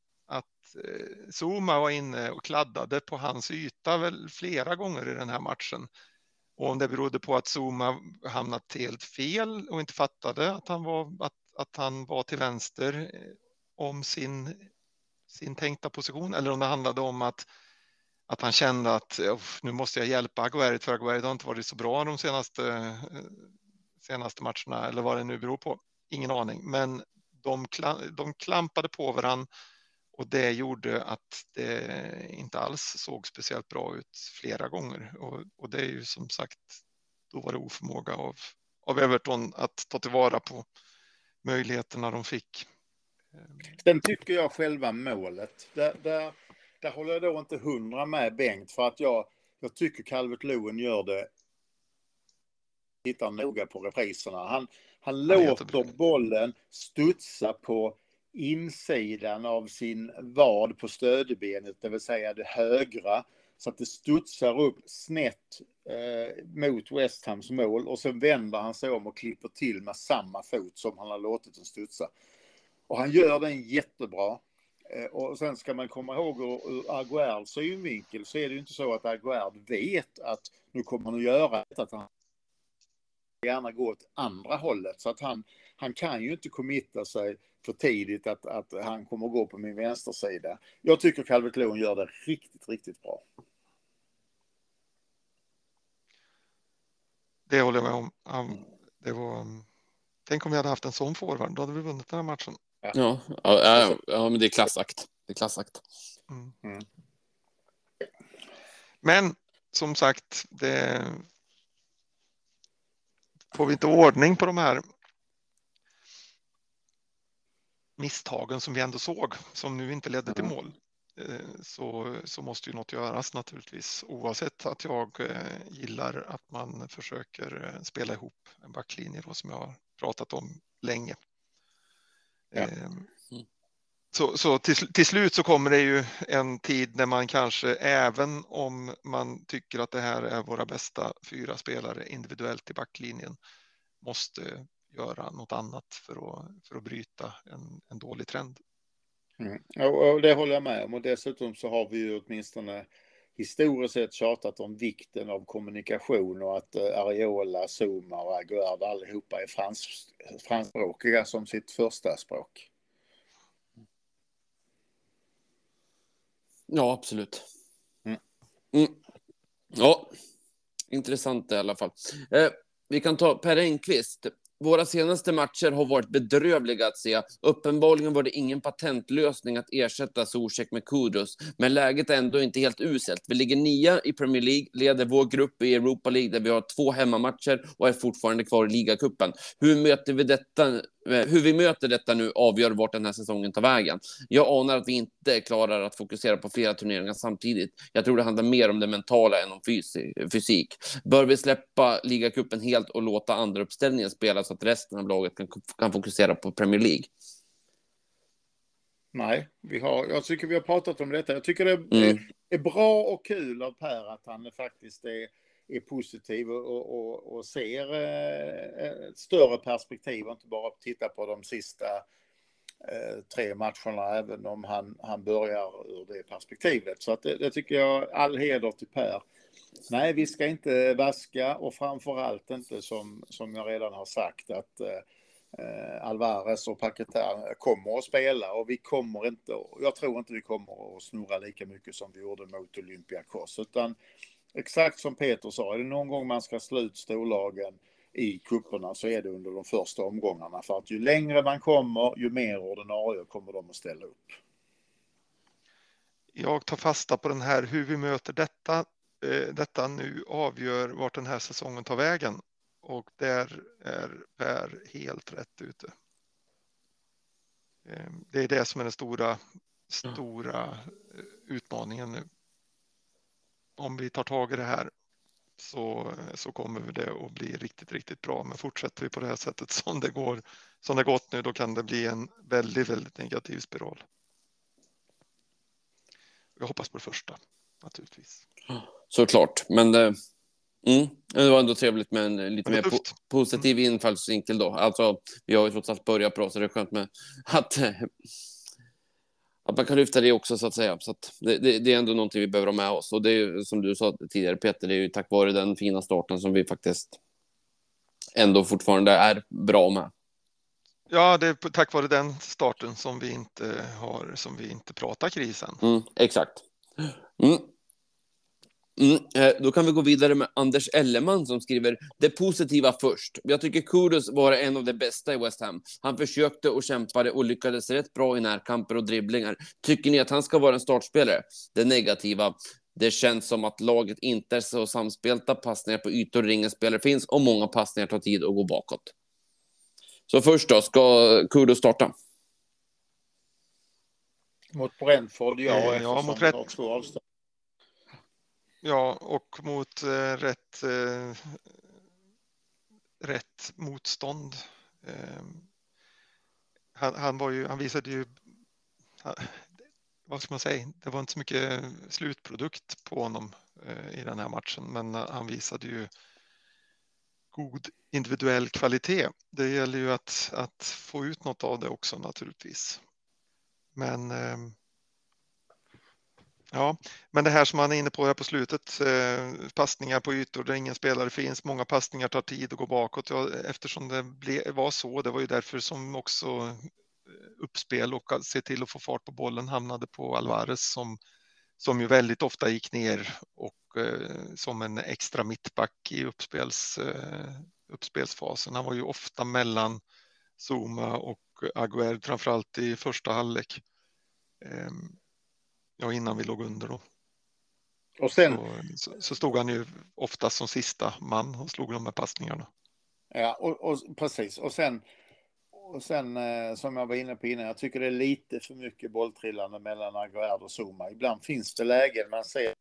Zuma var inne och kladdade på hans yta väl flera gånger i den här matchen. Och om det berodde på att Zuma hamnat helt fel och inte fattade att han var till vänster om sin tänkta position, eller om det handlade om att han kände att nu måste jag hjälpa Aguero, för Aguero har inte varit så bra de senaste matcherna, eller vad det nu beror på. Ingen aning, men de klampade på varandra. Och det gjorde att det inte alls såg speciellt bra ut flera gånger. Och det är ju som sagt, då var det oförmåga av Everton att ta tillvara på möjligheterna de fick. Sen tycker jag själva målet. Där håller jag då inte 100 med Bengt. För att jag tycker Calvert-Lewin gör det. Tittar noga på repriserna. Han låter bollen studsa på insidan av sin vad på stödbenet, det vill säga det högra, så att det studsar upp snett mot West Hams mål, och sen vänder han sig om och klipper till med samma fot som han har låtit den studsa. Och han gör den jättebra. Och sen ska man komma ihåg ur Aguers synvinkel, så är det ju inte så att Aguer vet att nu kommer han att göra det, att han gärna gå åt andra hållet, så att han kan ju inte committa sig för tidigt att han kommer att gå på min vänstersida. Jag tycker Calvert-Lewin gör det riktigt, riktigt bra. Det håller jag med om. Det var... Tänk om vi hade haft en sån forward, då hade vi vunnit den här matchen. Ja, men det är klassakt. Mm. Men som sagt, får vi inte ordning på de här misstagen som vi ändå såg, som nu inte ledde till mål, så måste ju något göras naturligtvis, oavsett att jag gillar att man försöker spela ihop en backlinje då, som jag har pratat om länge. Ja. Så till slut så kommer det ju en tid när man kanske, även om man tycker att det här är våra bästa 4 spelare individuellt i backlinjen, måste göra något annat för att bryta en dålig trend. Och det håller jag med om. Och dessutom så har vi ju åtminstone historiskt sett tjatat om vikten av kommunikation, och att Areola, Zuma och Aguerd allihopa är franskspråkiga som sitt första språk. Ja, absolut. Ja, intressant i alla fall. Vi kan ta Per Engqvist. Våra senaste matcher har varit bedrövliga att se. Uppenbarligen var det ingen patentlösning att ersätta Zuzek med Kudus. Men läget är ändå inte helt uselt. Vi ligger 9 i Premier League, leder vår grupp i Europa League där vi har 2 hemmamatcher och är fortfarande kvar i ligacupen. Hur vi möter detta nu avgör vart den här säsongen tar vägen. Jag anar att vi inte klarar att fokusera på flera turneringar samtidigt. Jag tror det handlar mer om det mentala än om fysik. Bör vi släppa ligacupen helt och låta andra uppställningar spela så att resten av laget kan fokusera på Premier League? Nej, jag tycker vi har pratat om detta. Jag tycker det är bra och kul av Per att han faktiskt är positiv och ser ett större perspektiv och inte bara titta på de sista 3 matcherna, även om han börjar ur det perspektivet. Så att det tycker jag, all heder till Per. Nej, vi ska inte vaska, och framförallt inte som jag redan har sagt att Alvarez och Paquetá kommer att spela, och jag tror inte vi kommer att snurra lika mycket som vi gjorde mot Olympiakos, utan exakt som Peter sa, är det någon gång man ska sluta storlagen i kupperna så är det under de första omgångarna, för att ju längre man kommer, ju mer ordinarie kommer de att ställa upp. Jag tar fasta på den här, hur vi möter detta nu avgör vart den här säsongen tar vägen, och där är Per helt rätt ute. Det är det som är den stora utmaningen nu. om vi tar tag i det här så kommer det att bli riktigt, riktigt bra. Men fortsätter vi på det här sättet som det gått nu, då kan det bli en väldigt, väldigt negativ spiral. Jag hoppas på det första, naturligtvis. Såklart, men det var ändå trevligt med en lite mer positiv infallsvinkel då. Alltså, vi har ju trots allt börjat bra, så det är skönt med att man kan lyfta det också, så att säga. Så att det är ändå någonting vi behöver ha med oss. Och det är ju, som du sa tidigare, Peter, det är ju tack vare den fina starten som vi faktiskt ändå fortfarande är bra med. Ja, det är tack vare den starten som vi inte pratar krisen. Exakt. Då kan vi gå vidare med Anders Elleman som skriver: det positiva först. Jag tycker Kudus var en av de bästa i West Ham. Han försökte och kämpade och lyckades rätt bra i närkamper och dribblingar. Tycker ni att han ska vara en startspelare? Det negativa: det känns som att laget inte är så samspelta, passningar på ytor och ingen spelare finns och många passningar tar tid att gå bakåt. Så först då, ska Kudus starta? Mot Brentford, ja, mot rätt. Ja, och mot rätt motstånd. Han visade ju, vad ska man säga, det var inte så mycket slutprodukt på honom i den här matchen, men han visade ju god individuell kvalitet. Det gäller ju att få ut något av det också, naturligtvis. Men ja, men det här som han är inne på här på slutet, passningar på ytor där ingen spelare finns, många passningar tar tid att gå bakåt. Ja, eftersom det var så, det var ju därför som också uppspel och att se till att få fart på bollen hamnade på Alvarez som ju väldigt ofta gick ner och som en extra mittback i uppspelsfasen. Han var ju ofta mellan Zuma och Aguerd, framförallt i första halvlek. Ja, innan vi låg under då. Och sen så stod han ju oftast som sista man och slog de här passningarna. Ja, och precis. Och sen som jag var inne på innan, jag tycker det är lite för mycket bolltrillande mellan Aguerd och Zuma. Ibland finns det lägen man ser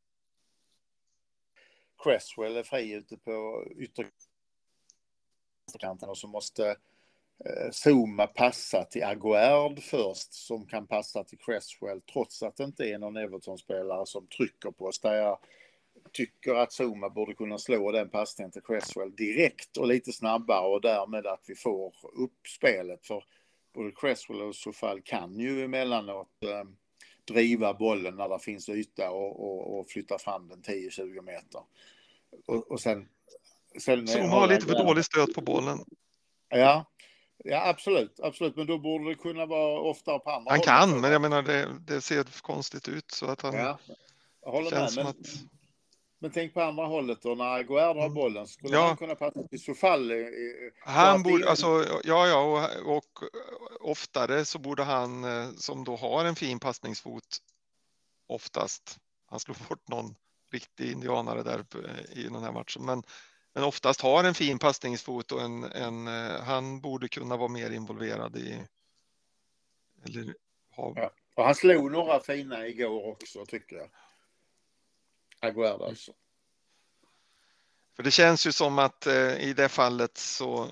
Cresswell är fri ute på ytterkanten och så måste Zuma passa till Aguerd först, som kan passa till Cresswell, trots att det inte är någon Everton-spelare som trycker på oss. Där jag tycker att Zuma borde kunna slå den passningen till Cresswell direkt och lite snabbare, och därmed att vi får upp spelet. För både Cresswell och Sofall kan ju emellanåt driva bollen när det finns yta och flytta fram den 10-20 meter. Och sen Zuma har lite för dålig stöd på bollen. Ja, absolut. Men då borde det kunna vara oftare på andra han hållet. Han kan, men jag menar det ser konstigt ut så att han... Ja, jag håller med. Som Men tänk på andra hållet då, när Aguerd har bollen, skulle han kunna passa till Sofall? Han borde, och oftare så borde han, som då har en fin passningsfot, oftast, han slog bort någon riktig indianare där i den här matchen, men oftast har en fin passningsfot och han borde kunna vara mer involverad i, eller ha... Ja. Och han slog några fina igår också, tycker jag. Aguerd alltså. För det känns ju som att i det fallet så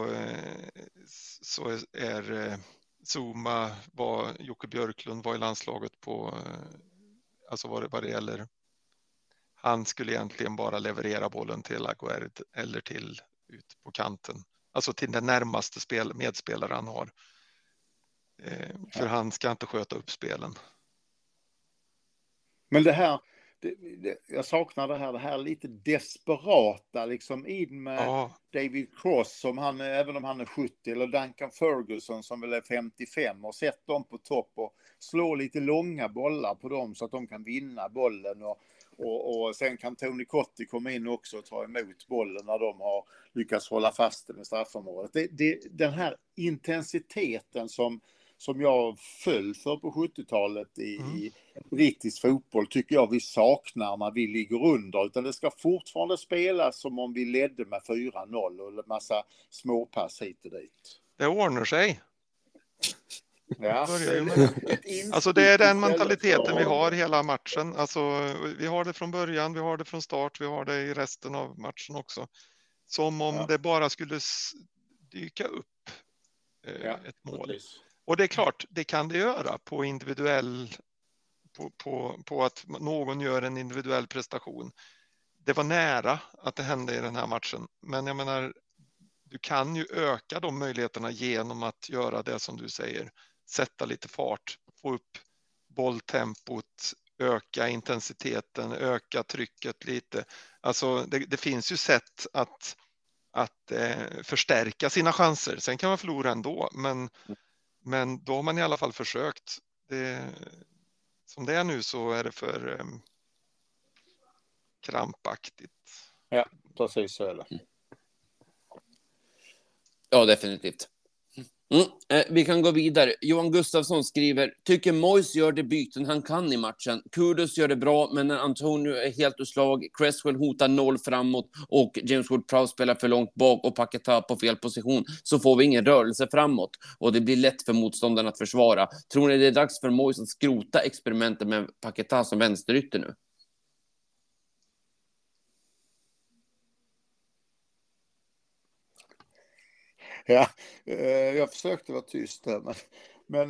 är Zuma, Jocke Björklund var i landslaget på, alltså vad det gäller, han skulle egentligen bara leverera bollen till Aguerd eller till ut på kanten, alltså till den närmaste medspelare han har. För han ska inte sköta upp spelen. Men det här, jag saknar det här lite desperata liksom in med David Cross, som han, även om han är 70, eller Duncan Ferguson som väl är 55, och sätt dem på topp och slå lite långa bollar på dem så att de kan vinna bollen, och sen kan Tony Cotti komma in också och ta emot bollen när de har lyckats hålla fast den i straffområdet. Den här intensiteten som jag föll för på 70-talet i brittisk fotboll tycker jag vi saknar när vi ligger under. Utan det ska fortfarande spelas som om vi ledde med 4-0 och en massa småpass hit och dit. Det ordnar sig. Ja, Börjar ju med alltså det är den mentaliteten vi har hela matchen. Alltså, vi har det från början, vi har det från start, vi har det i resten av matchen också. Som om det bara skulle dyka upp ett mål. Precis. Och det är klart, det kan det göra på individuell, på att någon gör en individuell prestation. Det var nära att det hände i den här matchen. Men jag menar, du kan ju öka de möjligheterna genom att göra det som du säger. Sätta lite fart, få upp bolltempot, öka intensiteten, öka trycket lite. Alltså det finns ju sätt att förstärka sina chanser. Sen kan man förlora ändå, men då har man i alla fall försökt. Som det är nu så är det för krampaktigt. Ja, precis så är det. Ja, definitivt. Vi kan gå vidare. Johan Gustafsson skriver: tycker Moyes gör det byten han kan i matchen. Kudus gör det bra, men när Antonio är helt ur slag, Cresswell hotar 0 framåt och James Ward-Prowse spelar för långt bak och Paquetá på fel position, så får vi ingen rörelse framåt och det blir lätt för motståndarna att försvara. Tror ni det är dags för Moyes att skrota experimentet med Paquetá som vänsterytter nu? Ja, jag försökte vara tyst där, men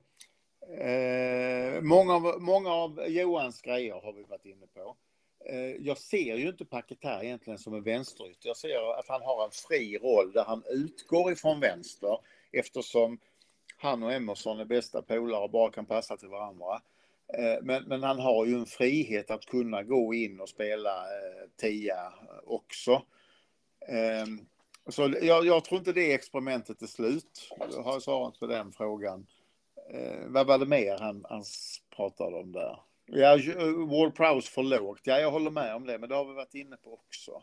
många av Johans grejer har vi varit inne på. Jag ser ju inte Paquetá egentligen som en vänsterytter. Jag ser att han har en fri roll där han utgår ifrån vänster, eftersom han och Emerson är bästa polare och bara kan passa till varandra. Men han har ju en frihet att kunna gå in och spela 10 också. Så jag tror inte det experimentet är slut. Jag har svarat på den frågan. Vad var det mer han pratade om där? Ja, Ward-Prowse för lågt. Ja, jag håller med om det, men det har vi varit inne på också.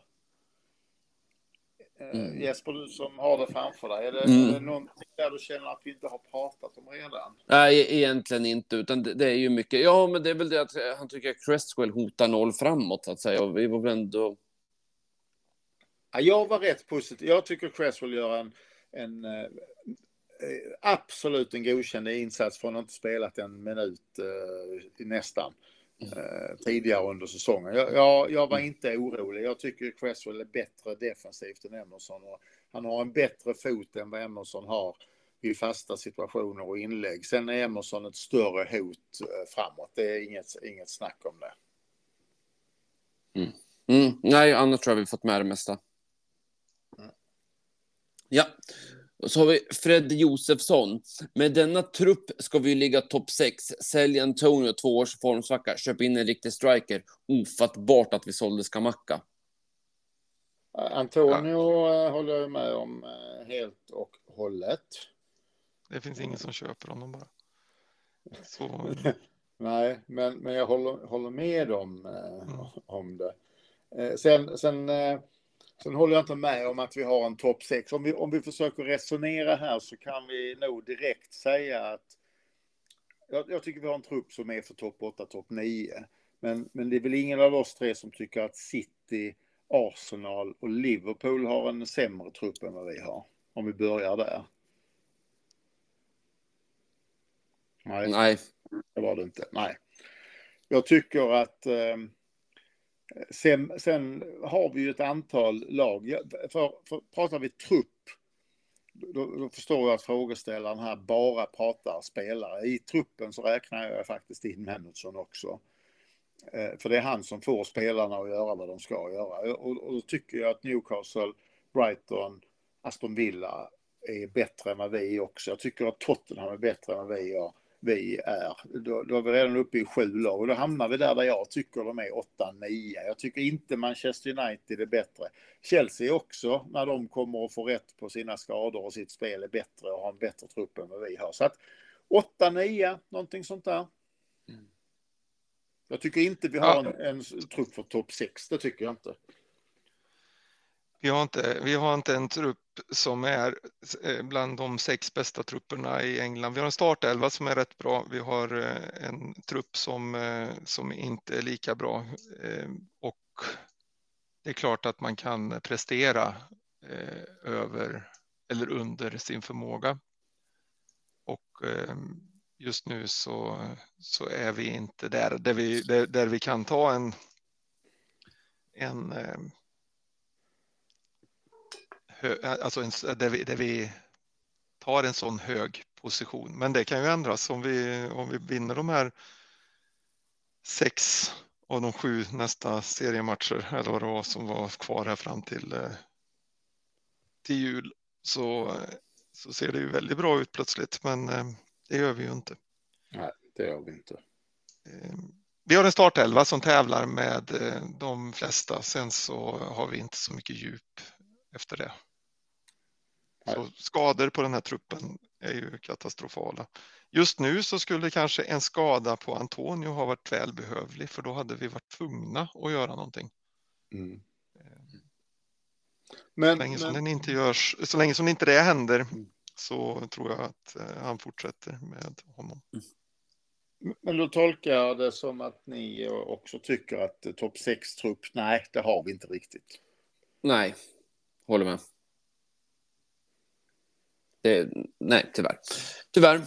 Jesper, du som har det framför dig, är det någonting där du känner att vi inte har pratat om redan? Nej, egentligen inte, utan det är ju mycket. Ja, men det är väl det att han tycker att Cresswell hotar 0 framåt, så att säga. Och vi var väl ändå... Ja, jag var rätt positiv. Jag tycker Cresswell gör en absolut en godkänd insats från att inte spelat en minut nästan tidigare under säsongen. Jag var inte orolig. Jag tycker Cresswell är bättre defensivt än Emerson, och han har en bättre fot än vad Emerson har i fasta situationer och inlägg. Sen är Emerson ett större hot framåt. Det är inget snack om det. Nej, annars tror jag vi fått med det mesta. Ja, och så har vi Fred Josefsson. Med denna trupp ska vi ligga topp 6. Sälj Antonio 2 års formsvacka. Köp in en riktig striker. Ofattbart att vi sålde Skamacka. Antonio håller jag med om helt och hållet. Det finns ingen som köper honom bara. Så... Nej, men jag håller med om det. Sen håller jag inte med om att vi har en topp 6. Om vi försöker resonera här så kan vi nog direkt säga att jag tycker vi har en trupp som är för topp 8, topp 9. Men det är väl ingen av oss tre som tycker att City, Arsenal och Liverpool har en sämre trupp än vad vi har. Om vi börjar där. Nej. Det var det inte. Nej. Jag tycker att sen har vi ju ett antal lag. För pratar vi trupp, då förstår jag att frågeställaren här bara pratar spelare. I truppen så räknar jag faktiskt in Magnusson också. För det är han som får spelarna att göra vad de ska göra. Och då tycker jag att Newcastle, Brighton, Aston Villa är bättre än vad vi också. Jag tycker att Tottenham är bättre än vad vi är. Då är vi redan uppe i 7 lag. Och då hamnar vi där jag tycker de är 8-9. Jag tycker inte Manchester United är bättre. Chelsea också, när de kommer att få rätt på sina skador och sitt spel, är bättre och har en bättre trupp än vad vi har. Så att 8-9, någonting sånt där. Jag tycker inte vi har en trupp för topp 6. Det tycker jag inte. Vi har inte en trupp som är bland de 6 bästa trupperna i England. Vi har en startelva som är rätt bra. Vi har en trupp som inte är lika bra. Och det är klart att man kan prestera över eller under sin förmåga. Och just nu så är vi inte där vi kan ta där vi tar en sån hög position. Men det kan ju ändras om vi vinner de här 6 av de 7 nästa seriematcher eller vad det var som var kvar här fram till jul, så ser det ju väldigt bra ut plötsligt, men det gör vi ju inte. Nej, det gör vi inte. Vi har en startelva som tävlar med de flesta. Sen så har vi inte så mycket djup efter det. Så skador på den här truppen är ju katastrofala. Just nu så skulle kanske en skada på Antonio ha varit välbehövlig, för då hade vi varit tvungna att göra någonting. Mm. Så länge som inte det händer, så tror jag att han fortsätter med honom. Men då tolkar jag det som att ni också tycker att topp 6-trupp, nej, det har vi inte riktigt. Nej, håller med. Nej, tyvärr.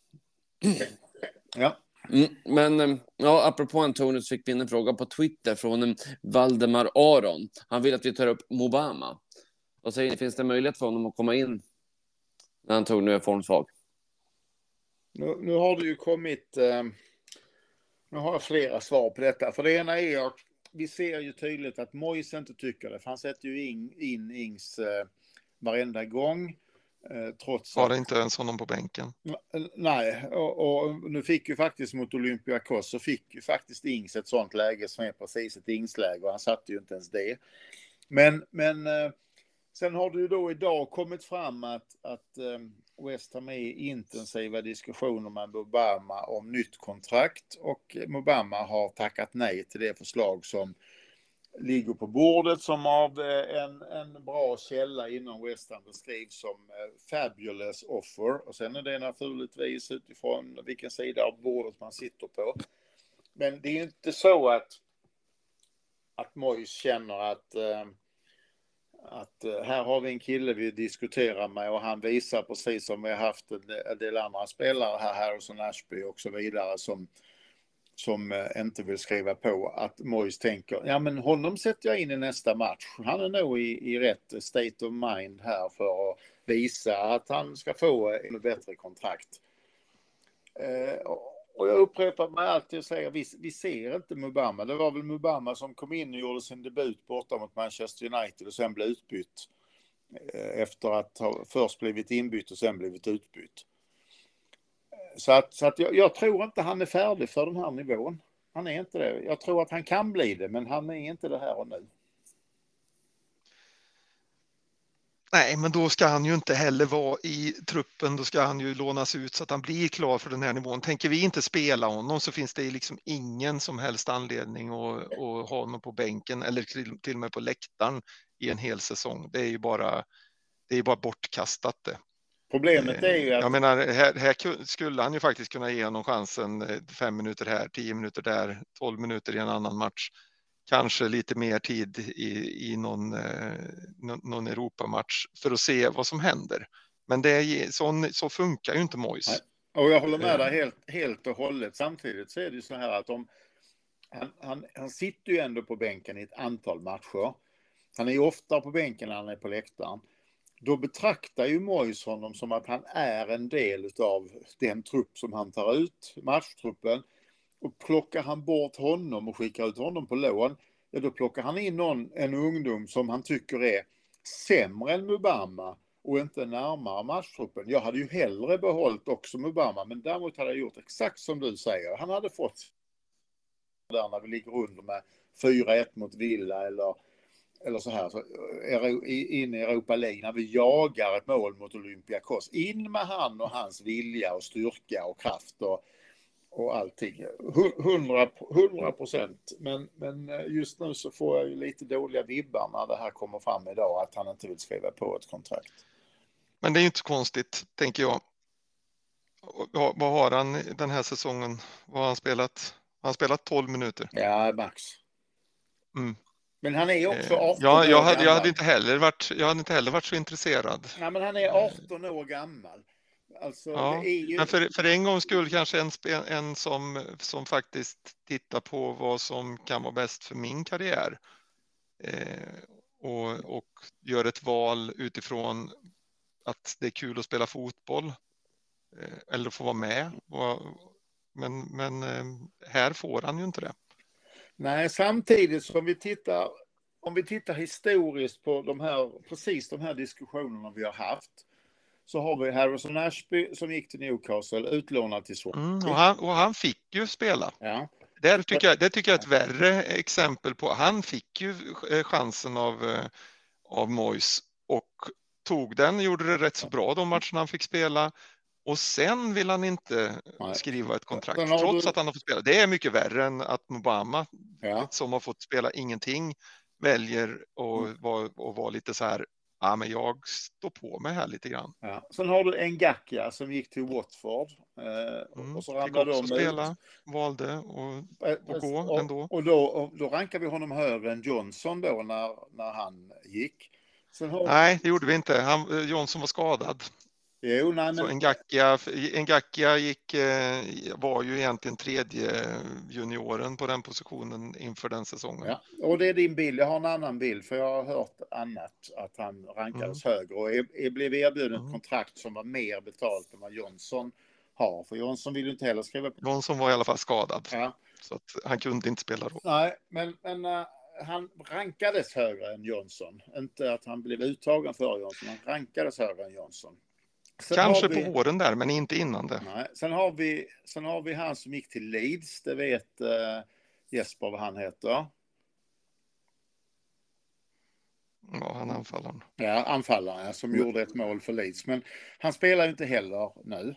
Ja. Men apropå Antonius fick vi en fråga på Twitter från Valdemar Aron. Han vill att vi tar upp Mubama. Och säger, finns det möjlighet för honom att komma in när Antonio är formsvag? Nu har det ju kommit, nu har jag flera svar på detta. För det ena är att vi ser ju tydligt att Moise inte tycker det. För han sätter ju in Ings varenda gång. Trots var det inte ens honom på bänken? Nej, och nu fick ju faktiskt mot Olympiakos så fick ju faktiskt Ings ett sånt läge som är precis ett Ings-läge, och han satte ju inte ens det. Men sen har det ju då idag kommit fram att West Ham är i intensiva diskussioner med Mubama om nytt kontrakt, och Mubama har tackat nej till det förslag som ligger på bordet, som av en bra källa inom West Ham beskrivs som fabulous offer. Och sen är det naturligtvis utifrån vilken sida av bordet man sitter på. Men det är inte så att Moise känner att här har vi en kille vi diskuterar med, och han visar precis som vi har haft en del andra spelare här, Harrison Ashby och så vidare, som inte vill skriva på, att Moise tänker, ja men honom sätter jag in i nästa match. Han är nog i rätt state of mind här för att visa att han ska få en bättre kontrakt. Och jag upprepar mig alltid och säger, vi ser inte Mubama. Det var väl Mubama som kom in och gjorde sin debut borta mot Manchester United och sen blev utbytt. Efter att ha först blivit inbytt och sen blivit utbytt. Så att jag tror inte han är färdig för den här nivån. Han är inte det. Jag tror att han kan bli det, men han är inte det här och nu. Nej, men då ska han ju inte heller vara i truppen. Då ska han ju lånas ut så att han blir klar för den här nivån. Tänker vi inte spela honom så finns det liksom ingen som helst anledning att ha honom på bänken eller till och med på läktaren i en hel säsong. Det är ju bara bortkastat det. Problemet är ju att... Jag menar, här skulle han ju faktiskt kunna ge honom chansen 5 minuter här, 10 minuter där, 12 minuter i en annan match. Kanske lite mer tid i någon Europamatch för att se vad som händer. Men så funkar ju inte Moise. Nej. Och jag håller med dig helt och hållet. Samtidigt så är det ju så här att han sitter ju ändå på bänken i ett antal matcher. Han är ju ofta på bänken när han är på läktaren. Då betraktar ju Moise honom som att han är en del av den trupp som han tar ut, matchtruppen. Och plockar han bort honom och skickar ut honom på lån, ja, då plockar han in en ungdom som han tycker är sämre än Mubama och inte närmare matchtruppen. Jag hade ju hellre behållit också Mubama, men däremot hade jag gjort exakt som du säger. Han hade fått där när vi ligger under med 4-1 mot Villa eller så här, så in i Europa League när vi jagar ett mål mot Olympiakos. In med han och hans vilja och styrka och kraft och allting. 100%. Men just nu så får jag ju lite dåliga vibbar när det här kommer fram idag, att han inte vill skriva på ett kontrakt. Men det är ju inte så konstigt, tänker jag. Vad har han den här säsongen? Vad har han spelat? Han har spelat 12 minuter. Ja, max. Mm. Men han är också 18 jag år hade inte heller varit så intresserad. Nej, men han är 18 år gammal. Alltså, Ja, det är ju... men för en gångs skull kanske en som faktiskt tittar på vad som kan vara bäst för min karriär och gör ett val utifrån att det är kul att spela fotboll eller få vara med. Men här får han ju inte det. Nej, samtidigt som om vi tittar historiskt på precis de här diskussionerna vi har haft, så har vi Harrison Ashby som gick till Newcastle, utlånad till Swansea. Och han fick ju spela. Ja. Det tycker jag är ett värre exempel på. Han fick ju chansen av Moyes och tog den, gjorde det rätt så bra de matcherna han fick spela. Och sen vill han inte skriva ett kontrakt trots att han har fått spela. Det är mycket värre än att Mubama, som har fått spela ingenting, väljer att vara lite så här, ja men jag står på mig här lite grann. Ja. Sen har du Ngakia som gick till Watford. Och så ramlade de spela, valde att gå ändå. Och då rankar vi honom högre än Johnson då när han gick. Nej, det gjorde vi inte. Johnson var skadad. Jo, nej, men... Så Ngakia var ju egentligen tredje junioren på den positionen inför den säsongen. Ja, och det är din bild. Jag har en annan bild, för jag har hört annat, att han rankades högre och blev erbjuden ett kontrakt som var mer betalt än vad Johnson har. För Johnson vill ju inte heller skriva på. Johnson var i alla fall skadad, så att han kunde inte spela då. Nej, men han rankades högre än Johnson. Inte att han blev uttagen för Johnson, han rankades högre än Johnson. Kanske på våren där, men inte innan det. Nej. Sen har vi han som gick till Leeds. Det vet Jesper vad han heter. Ja, han anfallaren. Ja, anfallaren som gjorde ett mål för Leeds. Men han spelar ju inte heller nu.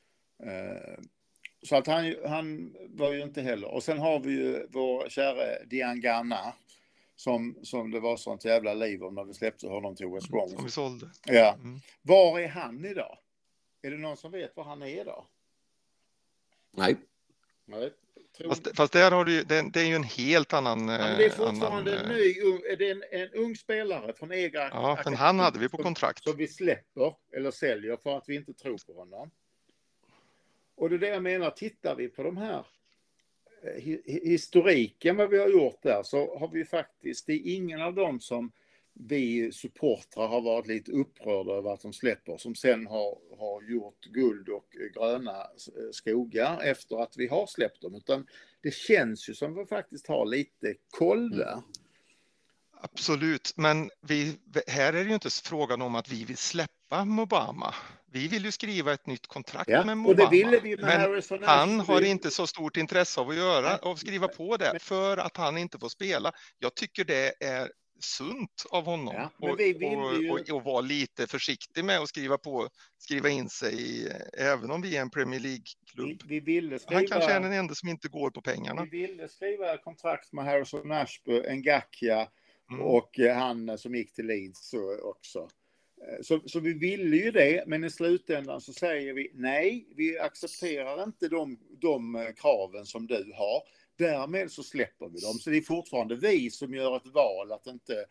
Så att han var ju inte heller. Och sen har vi ju vår kära Diangana. Som det var sånt jävla liv om när vi släppte honom till West Brom. Som vi sålde. Ja. Var är han idag? Är det någon som vet var han är idag? Nej. Fast där har du, det är ju en helt annan... Ja, men det är fortfarande en ung spelare från Ega. Ja, men han hade vi på kontrakt. Som vi släpper eller säljer för att vi inte tror på honom. Och det är det jag menar, tittar vi på de här historiken vad vi har gjort där, så har vi faktiskt, det är ingen av dem som vi supportrar har varit lite upprörda över att de släpper, som sen har gjort guld och gröna skogar efter att vi har släppt dem, utan det känns ju som vi faktiskt har lite koll där. Absolut, men här är det ju inte frågan om att vi vill släppa Mubama. Vi vill ju skriva ett nytt kontrakt med Mubama. Och det ville vi med men Harrison han har inte så stort intresse av att skriva på det för att han inte får spela. Jag tycker det är sunt av honom och vara lite försiktig med att skriva in sig även om vi är en Premier League-klubb. Han kanske är den enda som inte går på pengarna. Vi ville skriva kontrakt med Harrison Ashby, Ngakia och han som gick till Leeds också. Så vi ville ju det, men i slutändan så säger vi nej, vi accepterar inte de kraven som du har. Därmed så släpper vi dem. Så det är fortfarande vi som gör ett val att inte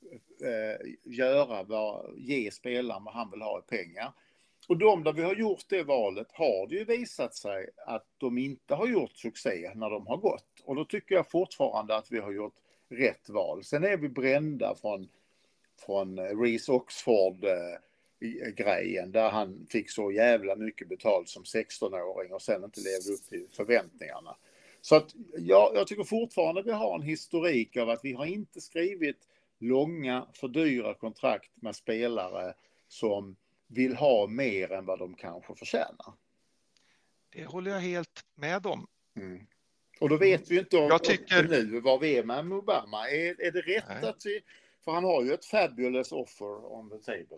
ge spelaren vad han vill ha i pengar. Och de där vi har gjort det valet har det ju visat sig att de inte har gjort succé när de har gått. Och då tycker jag fortfarande att vi har gjort rätt val. Sen är vi brända från Reece Oxford-grejen där han fick så jävla mycket betalt som 16-åring och sen inte levde upp till förväntningarna. Så att jag tycker fortfarande vi har en historik av att vi har inte skrivit långa, för dyra kontrakt med spelare som vill ha mer än vad de kanske förtjänar. Det håller jag helt med om. Och då vet vi ju inte nu vad vi är med Mubama. Är det rätt att vi... För han har ju ett fabulous offer on the table.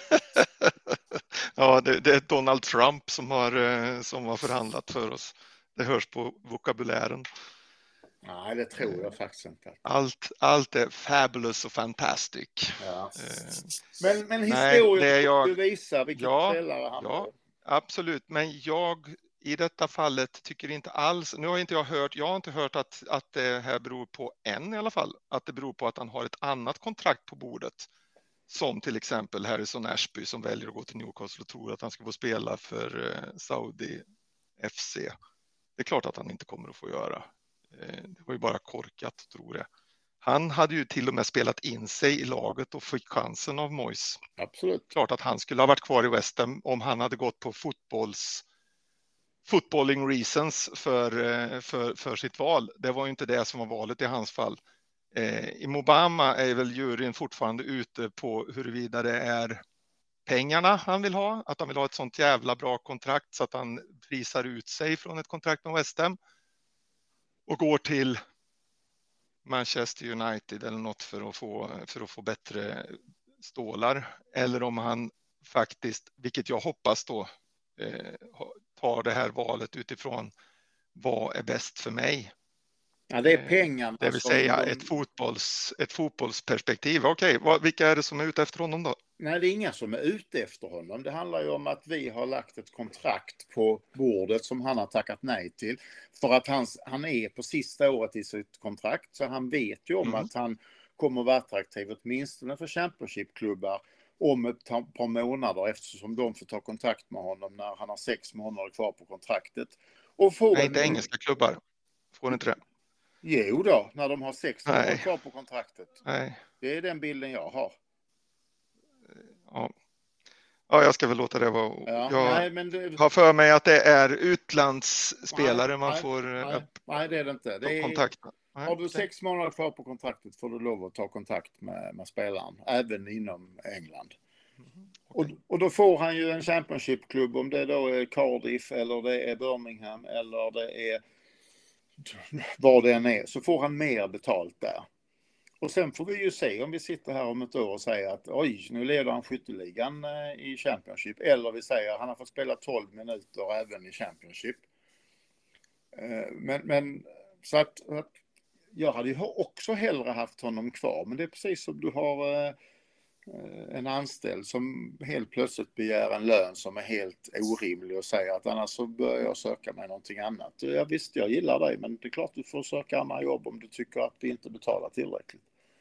Ja, det är Donald Trump som har förhandlat för oss. Det hörs på vokabulären. Nej, det tror jag faktiskt inte. Allt är fabulous och fantastic. Ja. Men historien visar vilket spelare han är. Absolut. Men jag i detta fallet tycker inte alls, jag har inte hört att det här beror på i alla fall, att det beror på att han har ett annat kontrakt på bordet som till exempel Harrison Ashby som väljer att gå till Newcastle och tror att han ska få spela för Saudi FC. Det är klart att han inte kommer att få göra. Det var ju bara korkat att tro det. Han hade ju till och med spelat in sig i laget och fick chansen av Moyes. Absolut. Klart att han skulle ha varit kvar i West Ham om han hade gått på footballing reasons för sitt val. Det var ju inte det som var valet i hans fall. I Mobama är väl juryn fortfarande ute på huruvida det är pengarna han vill ha. Att han vill ha ett sånt jävla bra kontrakt så att han prisar ut sig från ett kontrakt med West Ham. Och går till Manchester United eller något för att få bättre stålar. Eller om han faktiskt, vilket jag hoppas då, tar det här valet utifrån vad är bäst för mig. Ja, det är pengarna. Det vill säga ett fotbollsperspektiv. Okej, vilka är det som är ute efter honom då? Nej, det är inga som är ute efter honom. Det handlar ju om att vi har lagt ett kontrakt på bordet som han har tackat nej till. För att han är på sista året i sitt kontrakt. Så han vet ju om att han kommer att vara attraktiv åtminstone för Championship-klubbar om ett par månader eftersom de får ta kontakt med honom när han har 6 månader kvar på kontraktet. Och Nej, inte engelska klubbar. Får inte det? Jo då, när de har 6 månader kvar på kontraktet. Nej. Det är den bilden jag har. Ja, jag ska väl låta det vara. Ja, jag har för mig att det är utlandsspelare man får nej, det är det inte. Det är, kontakt med. Har du 6 månader kvar på kontraktet får du lov att ta kontakt med spelaren, även inom England. Och då får han ju en Championship-klubb, om det då är Cardiff eller det är Birmingham eller det är vad det än är, så får han mer betalt där. Och sen får vi ju se om vi sitter här om ett år och säger att oj, nu leder han skytteligan i Championship. Eller vi säger att han har fått spela 12 minuter även i Championship. Men så att jag hade ju också hellre haft honom kvar. Men det är precis som du har en anställd som helt plötsligt begär en lön som är helt orimlig och säger att annars så börjar jag söka mig någonting annat. Ja, visst, jag gillar dig, men det är klart du får söka andra jobb om du tycker att du inte betalar tillräckligt.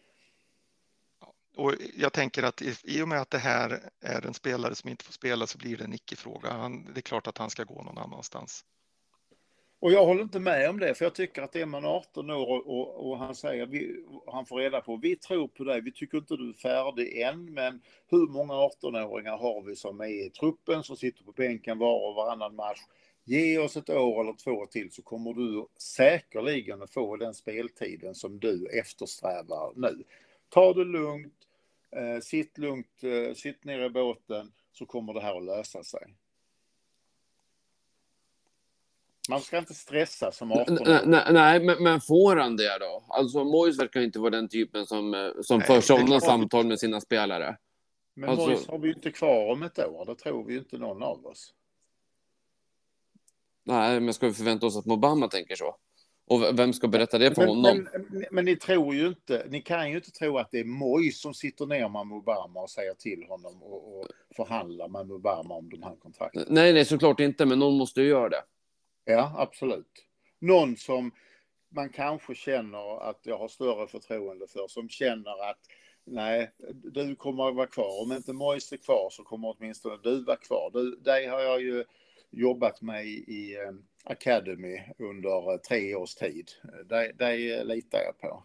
Och jag tänker att i och med att det här är en spelare som inte får spela så blir det en icke-fråga. Det är klart att han ska gå någon annanstans. Och jag håller inte med om det, för jag tycker att är man 18 år och han säger, han får reda på, vi tror på dig, vi tycker inte du är färdig än, men hur många 18-åringar har vi som är i truppen, som sitter på bänken var och varannan match? Ge oss ett år eller 2 till så kommer du säkerligen att få den speltiden som du eftersträvar nu. Ta det lugnt, sitt ner i båten så kommer det här att lösa sig. Man ska inte stressa som 18-åring. Nej, men får han det då? Alltså Moyes verkar inte vara den typen som för sådana samtal med sina spelare. Men alltså, Moyes har vi inte kvar om ett år. Det tror vi inte någon av oss. Nej, men ska vi förvänta oss att Mobama tänker så? Och vem ska berätta det för honom? Men ni tror ju inte, ni kan ju inte tro att det är Moyes som sitter ner med Mobama och säger till honom och förhandlar med Mobama om de här kontrakten. Nej, såklart inte, men någon måste ju göra det. Ja, absolut. Någon som man kanske känner att jag har större förtroende för, som känner att nej, du kommer att vara kvar. Om inte Moyes är kvar så kommer åtminstone du vara kvar. Dig har jag ju jobbat med i Academy under 3 års tid. Det litar jag på.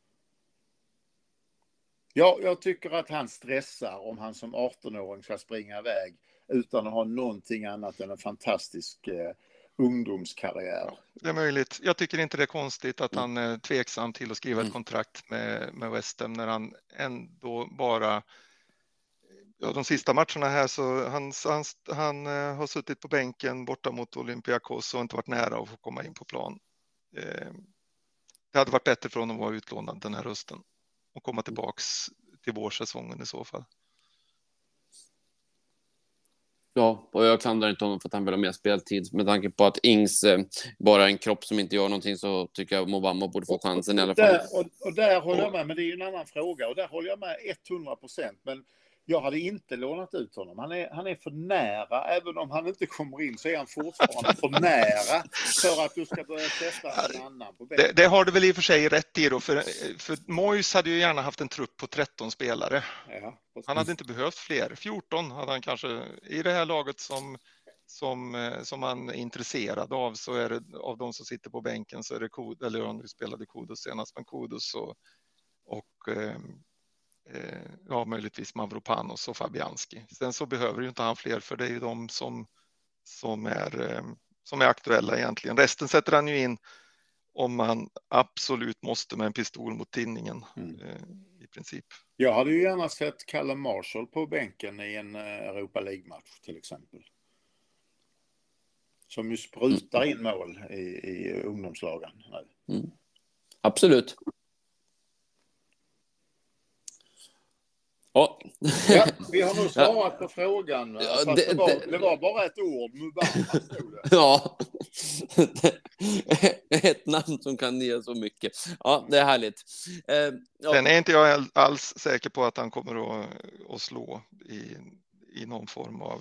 Ja, jag tycker att han stressar om han som 18-åring ska springa iväg utan att ha någonting annat än en fantastisk ungdomskarriär. Det är möjligt. Jag tycker inte det är konstigt att han är tveksam till att skriva ett kontrakt med West Ham när han ändå bara de sista matcherna här så han har suttit på bänken borta mot Olympiakos och inte varit nära att få komma in på plan. Det hade varit bättre för honom att vara utlånad den här hösten och komma tillbaks till vårsäsongen i så fall. Ja, och jag klandrar inte honom för att han vill ha mer speltid. Med tanke på att Ings bara är en kropp som inte gör någonting så tycker jag Mobama borde få chansen i alla fall. Och där håller jag med, men det är ju en annan fråga. Och där håller jag med 100%. Men Jag hade inte lånat ut honom. Han är för nära. Även om han inte kommer in så är han fortfarande för nära för att du ska börja sätta en annan på bänken. Det har du väl i och för sig rätt i då. För Moyes hade ju gärna haft en trupp på 13 spelare. Ja, Han hade inte behövt fler. 14 hade han kanske i det här laget som han är intresserad av, så är det av de som sitter på bänken så är det Kudus, eller om vi spelade Kudus senast, men Kudus och ja, möjligtvis Mavropanos och Fabianski. Sen så behöver ju inte han fler, för det är ju de som är aktuella egentligen. Resten sätter han ju in om man absolut måste med en pistol mot tinningen i princip. Jag hade ju gärna sett Callum Marshall på bänken i en Europa League-match till exempel. Som ju sprutar in mål i ungdomslagen. Absolut. Ja, vi har nog svarat på frågan. Det var bara ett ord. Mubama stod det. Ja. Ett namn som kan ge så mycket. Ja, det är härligt. Sen är inte jag alls säker på att han kommer att slå i någon form av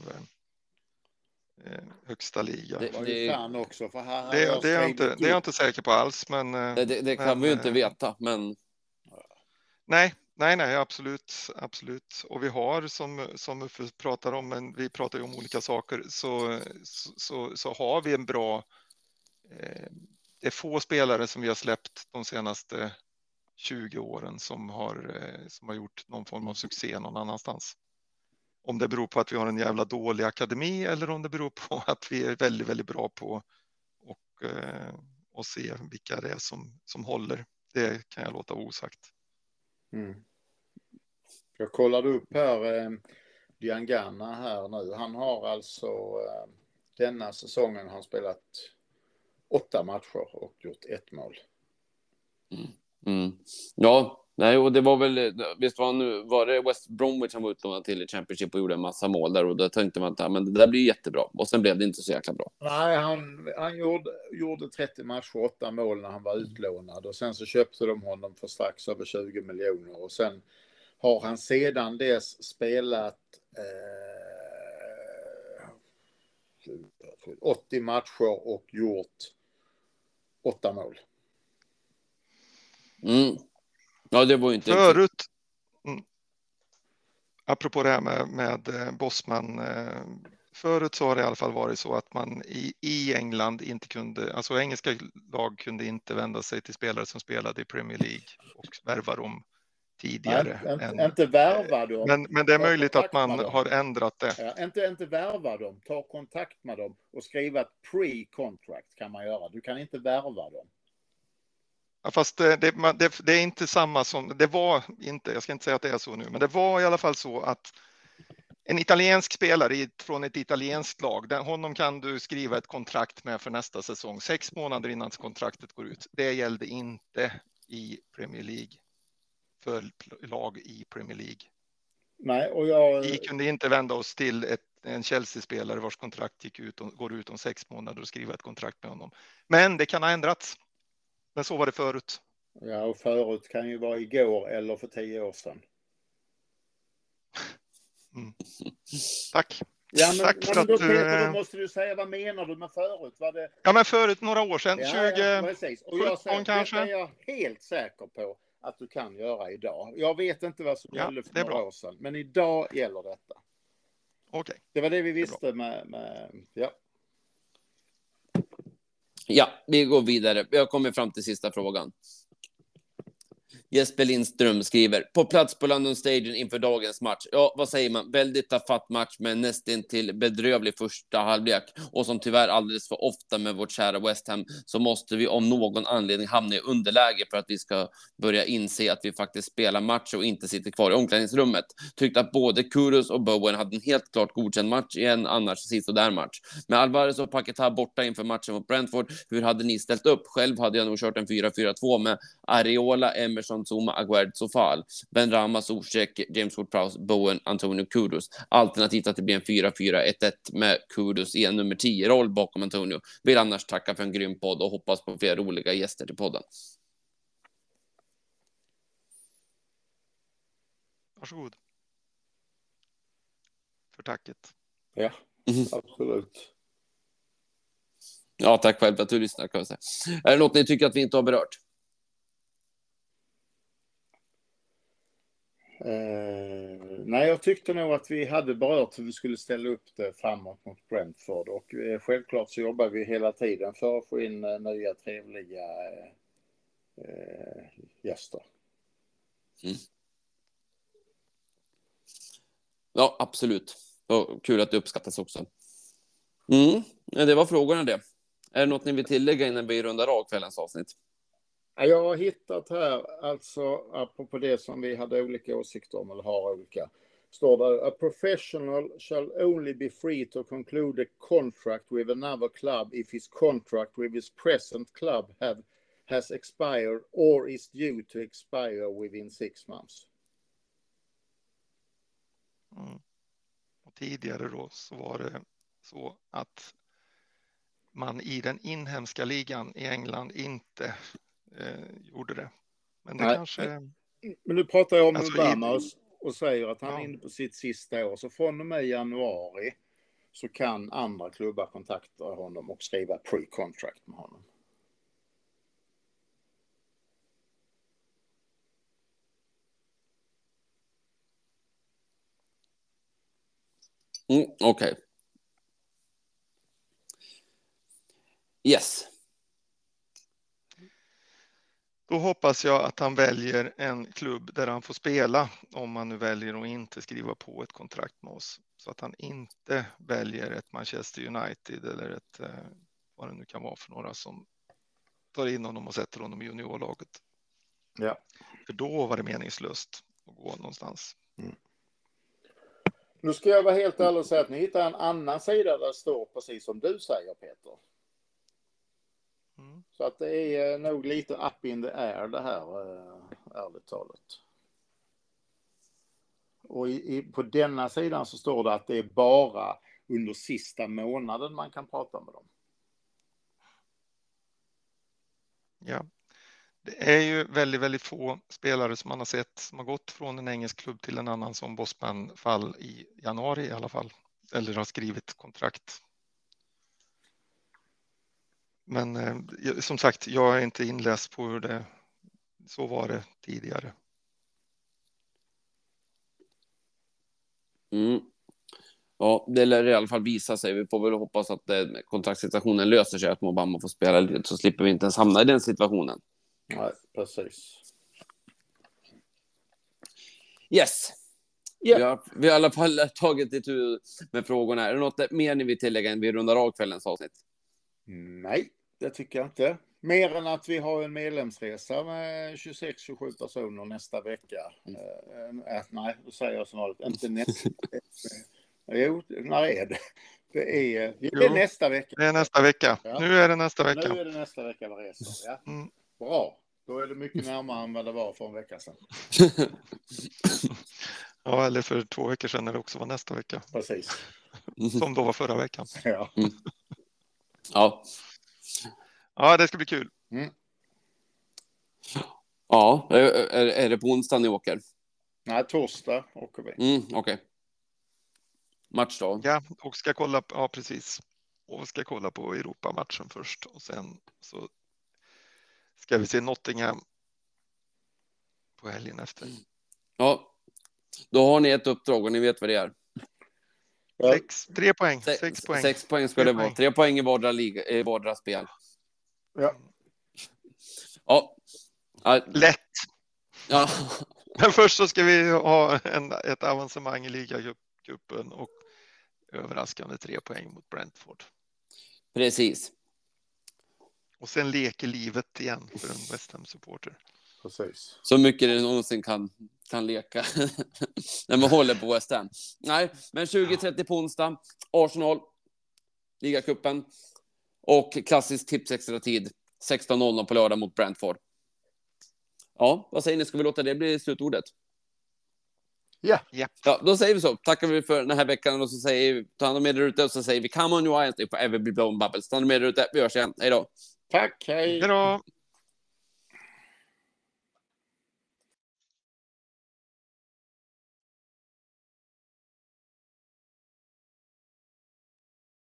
högsta liga. Det är fan också, för här det är jag inte säker på alls. Men, det kan vi ju inte veta. Men... Nej, absolut. Och vi har, som Uffe pratar om, men vi pratar ju om olika saker, så har vi en bra... det är få spelare som vi har släppt de senaste 20 åren som har gjort någon form av succé någon annanstans. Om det beror på att vi har en jävla dålig akademi eller om det beror på att vi är väldigt, väldigt bra på och se vilka det är som håller. Det kan jag låta osagt. Jag kollade upp här Diangana här nu. Han har alltså denna säsongen har han spelat 8 matcher och gjort 1 mål. Ja, nej, och det var väl, visst var det West Bromwich han var utlånad till i Championship och gjorde en massa mål där, och då tänkte man att men det där blir jättebra, och sen blev det inte så jäkla bra. Nej, han gjorde 30 matcher, 8 mål när han var utlånad, och sen så köpte de honom för strax över 20 miljoner, och sen har han sedan dess spelat 80 matcher och gjort 8 mål. Ja, det var ju inte... Förut, apropå det här med Bosman, förut så har det i alla fall varit så att man i England inte kunde, alltså engelska lag kunde inte vända sig till spelare som spelade i Premier League och värva dem tidigare. Nej, inte värva dem. Men det är möjligt att man har ändrat det. Ja, inte värva dem, ta kontakt med dem och skriva ett pre-contract kan man göra. Du kan inte värva dem. Ja, fast det är inte samma som, det var inte, jag ska inte säga att det är så nu, men det var i alla fall så att en italiensk spelare från ett italienskt lag, honom kan du skriva ett kontrakt med för nästa säsong, 6 månader innan kontraktet går ut. Det gällde inte i Premier League, för lag i Premier League. Nej, och vi kunde inte vända oss till en Chelsea-spelare vars kontrakt går ut om 6 månader och skriva ett kontrakt med honom. Men det kan ha ändrats. Men så var det förut. Ja, och förut kan ju vara igår eller för 10 år sedan. Tack. Ja, men, tack för att Peter, då måste du säga, vad menar du med förut? Var det... Ja, men förut, några år sedan, ja, precis. Och jag säger, kanske. Det är jag helt säker på att du kan göra idag. Jag vet inte vad som gällde för några år sedan, men idag gäller detta. Okej. Det var det vi visste med ja. Ja, vi går vidare. Jag kommer fram till sista frågan. Jesper Lindström skriver: på plats på London Stadium inför dagens match. Ja, vad säger man? Väldigt tafatt match med nästan till bedrövlig första halvlek, och som tyvärr alldeles för ofta med vårt kära West Ham så måste vi om någon anledning hamna i underläge för att vi ska börja inse att vi faktiskt spelar match och inte sitter kvar i omklädningsrummet. Tyckte att både Kudus och Bowen hade en helt klart godkänd match i en annars sist och där match. Med Alvarez och Paquetá borta inför matchen mot Brentford, hur hade ni ställt upp? Själv hade jag nog kört en 4-4-2 med Areola, Emerson, Zuma, Aguerd, Sofal, Ben Rama, Zuzek, James Ward-Prowse, Bowen, Antonio, Kudus. Alternativt att det blir en 4-4-1-1 med Kudus i en nummer 10-roll bakom Antonio. Vill annars tacka för en grym podd och hoppas på fler roliga gäster till podden. Varsågod. för tacket. Ja, absolut. Ja, tack själv för att du lyssnar, kan jag säga. Är det något ni tycker att vi inte har berört? Nej, jag tyckte nog att vi hade berört hur vi skulle ställa upp det framåt mot Brentford. Och självklart så jobbar vi hela tiden för att få in nya trevliga gäster. Ja, absolut. Och kul att det uppskattas också. Det var frågorna det. Är det något ni vill tillägga innan vi rundar av kvällens avsnitt? Jag har hittat här, alltså apropå det som vi hade olika åsikter om, eller har olika, står det: a professional shall only be free to conclude a contract with another club if his contract with his present club has expired or is due to expire within 6 months. Och tidigare då så var det så att man i den inhemska ligan i England inte gjorde det. Men det kanske... Men nu pratar jag om alltså Obama och säger att han är inne på sitt sista år. Så från och med januari så kan andra klubbar kontakta honom och skriva pre-contract med honom. Okej. Yes. Då hoppas jag att han väljer en klubb där han får spela, om man nu väljer att inte skriva på ett kontrakt med oss. Så att han inte väljer ett Manchester United eller ett vad det nu kan vara för några som tar in honom och sätter honom i juniorlaget. Ja. För då var det meningslöst att gå någonstans. Nu ska jag vara helt ärlig och säga att ni hittar en annan sida där det står precis som du säger, Peter. Så att det är nog lite up in the air det här, ärligt talat. Och på denna sidan så står det att det är bara under sista månaden man kan prata med dem. Ja, det är ju väldigt, väldigt få spelare som man har sett som har gått från en engelsk klubb till en annan som Bosman-fall i januari i alla fall. Eller har skrivit kontrakt. Men som sagt, jag är inte inläst på hur det så var det tidigare. Ja, det lär i alla fall visa sig. Vi får väl hoppas att kontraktssituationen löser sig, att Obama får spela lite, så slipper vi inte ens hamna i den situationen. Nej, precis. Yes. Yeah. Vi har i alla fall tagit itu med frågorna. Är det något mer ni vill tillägga än vi rundar av kvällens avsnitt? Nej, det tycker jag inte. Mer än att vi har en medlemsresa med 26-27 personer nästa vecka. Nej, då säger jag snarare inte nästa. Jo, när är det? Det är nästa vecka. Det är nästa vecka. Ja. Nu är det nästa vecka. Nu är det nästa vecka vi reser. Ja. Bra. Då är det mycket närmare än vad det var för en vecka sedan. Ja, eller för 2 veckor sedan när det också var nästa vecka. Precis. Som då var förra veckan. Ja. Ja, det ska bli kul. Ja, är det på onsdag ni åker? Nej, torsdag åker vi. Okej. Match då? Ja, och ska kolla, ja precis. Och ska kolla på Europa-matchen först. Och sen så ska vi se Nottingham på helgen efter. Ja, då har ni ett uppdrag och ni vet vad det är. 3 poäng. 6 poäng. 6 poäng ska det vara. 3 poäng i vardera spel. Ja. Ja. Lätt. Ja. Men först så ska vi ha ett avancemang i ligacupen och överraskande 3 poäng mot Brentford. Precis. Och sen leker livet igen för en West Ham-supporter. Precis. Så mycket det någonsin kan leka när man håller på West Ham. Nej, men 20:30 på onsdag. Arsenal, ligacupen. Och klassisk tips extra tid. 16:00 på lördag mot Brentford. Ja, vad säger ni? Ska vi låta det bli slutordet? Ja. Ja, då säger vi så. Tackar vi för den här veckan och så säger vi, ta hand om er där ute och så säger vi come on you Irons, if ever be blown bubbles. Ta hand om er där ute. Vi hörs igen. Hej då. Tack, hej. Hej då.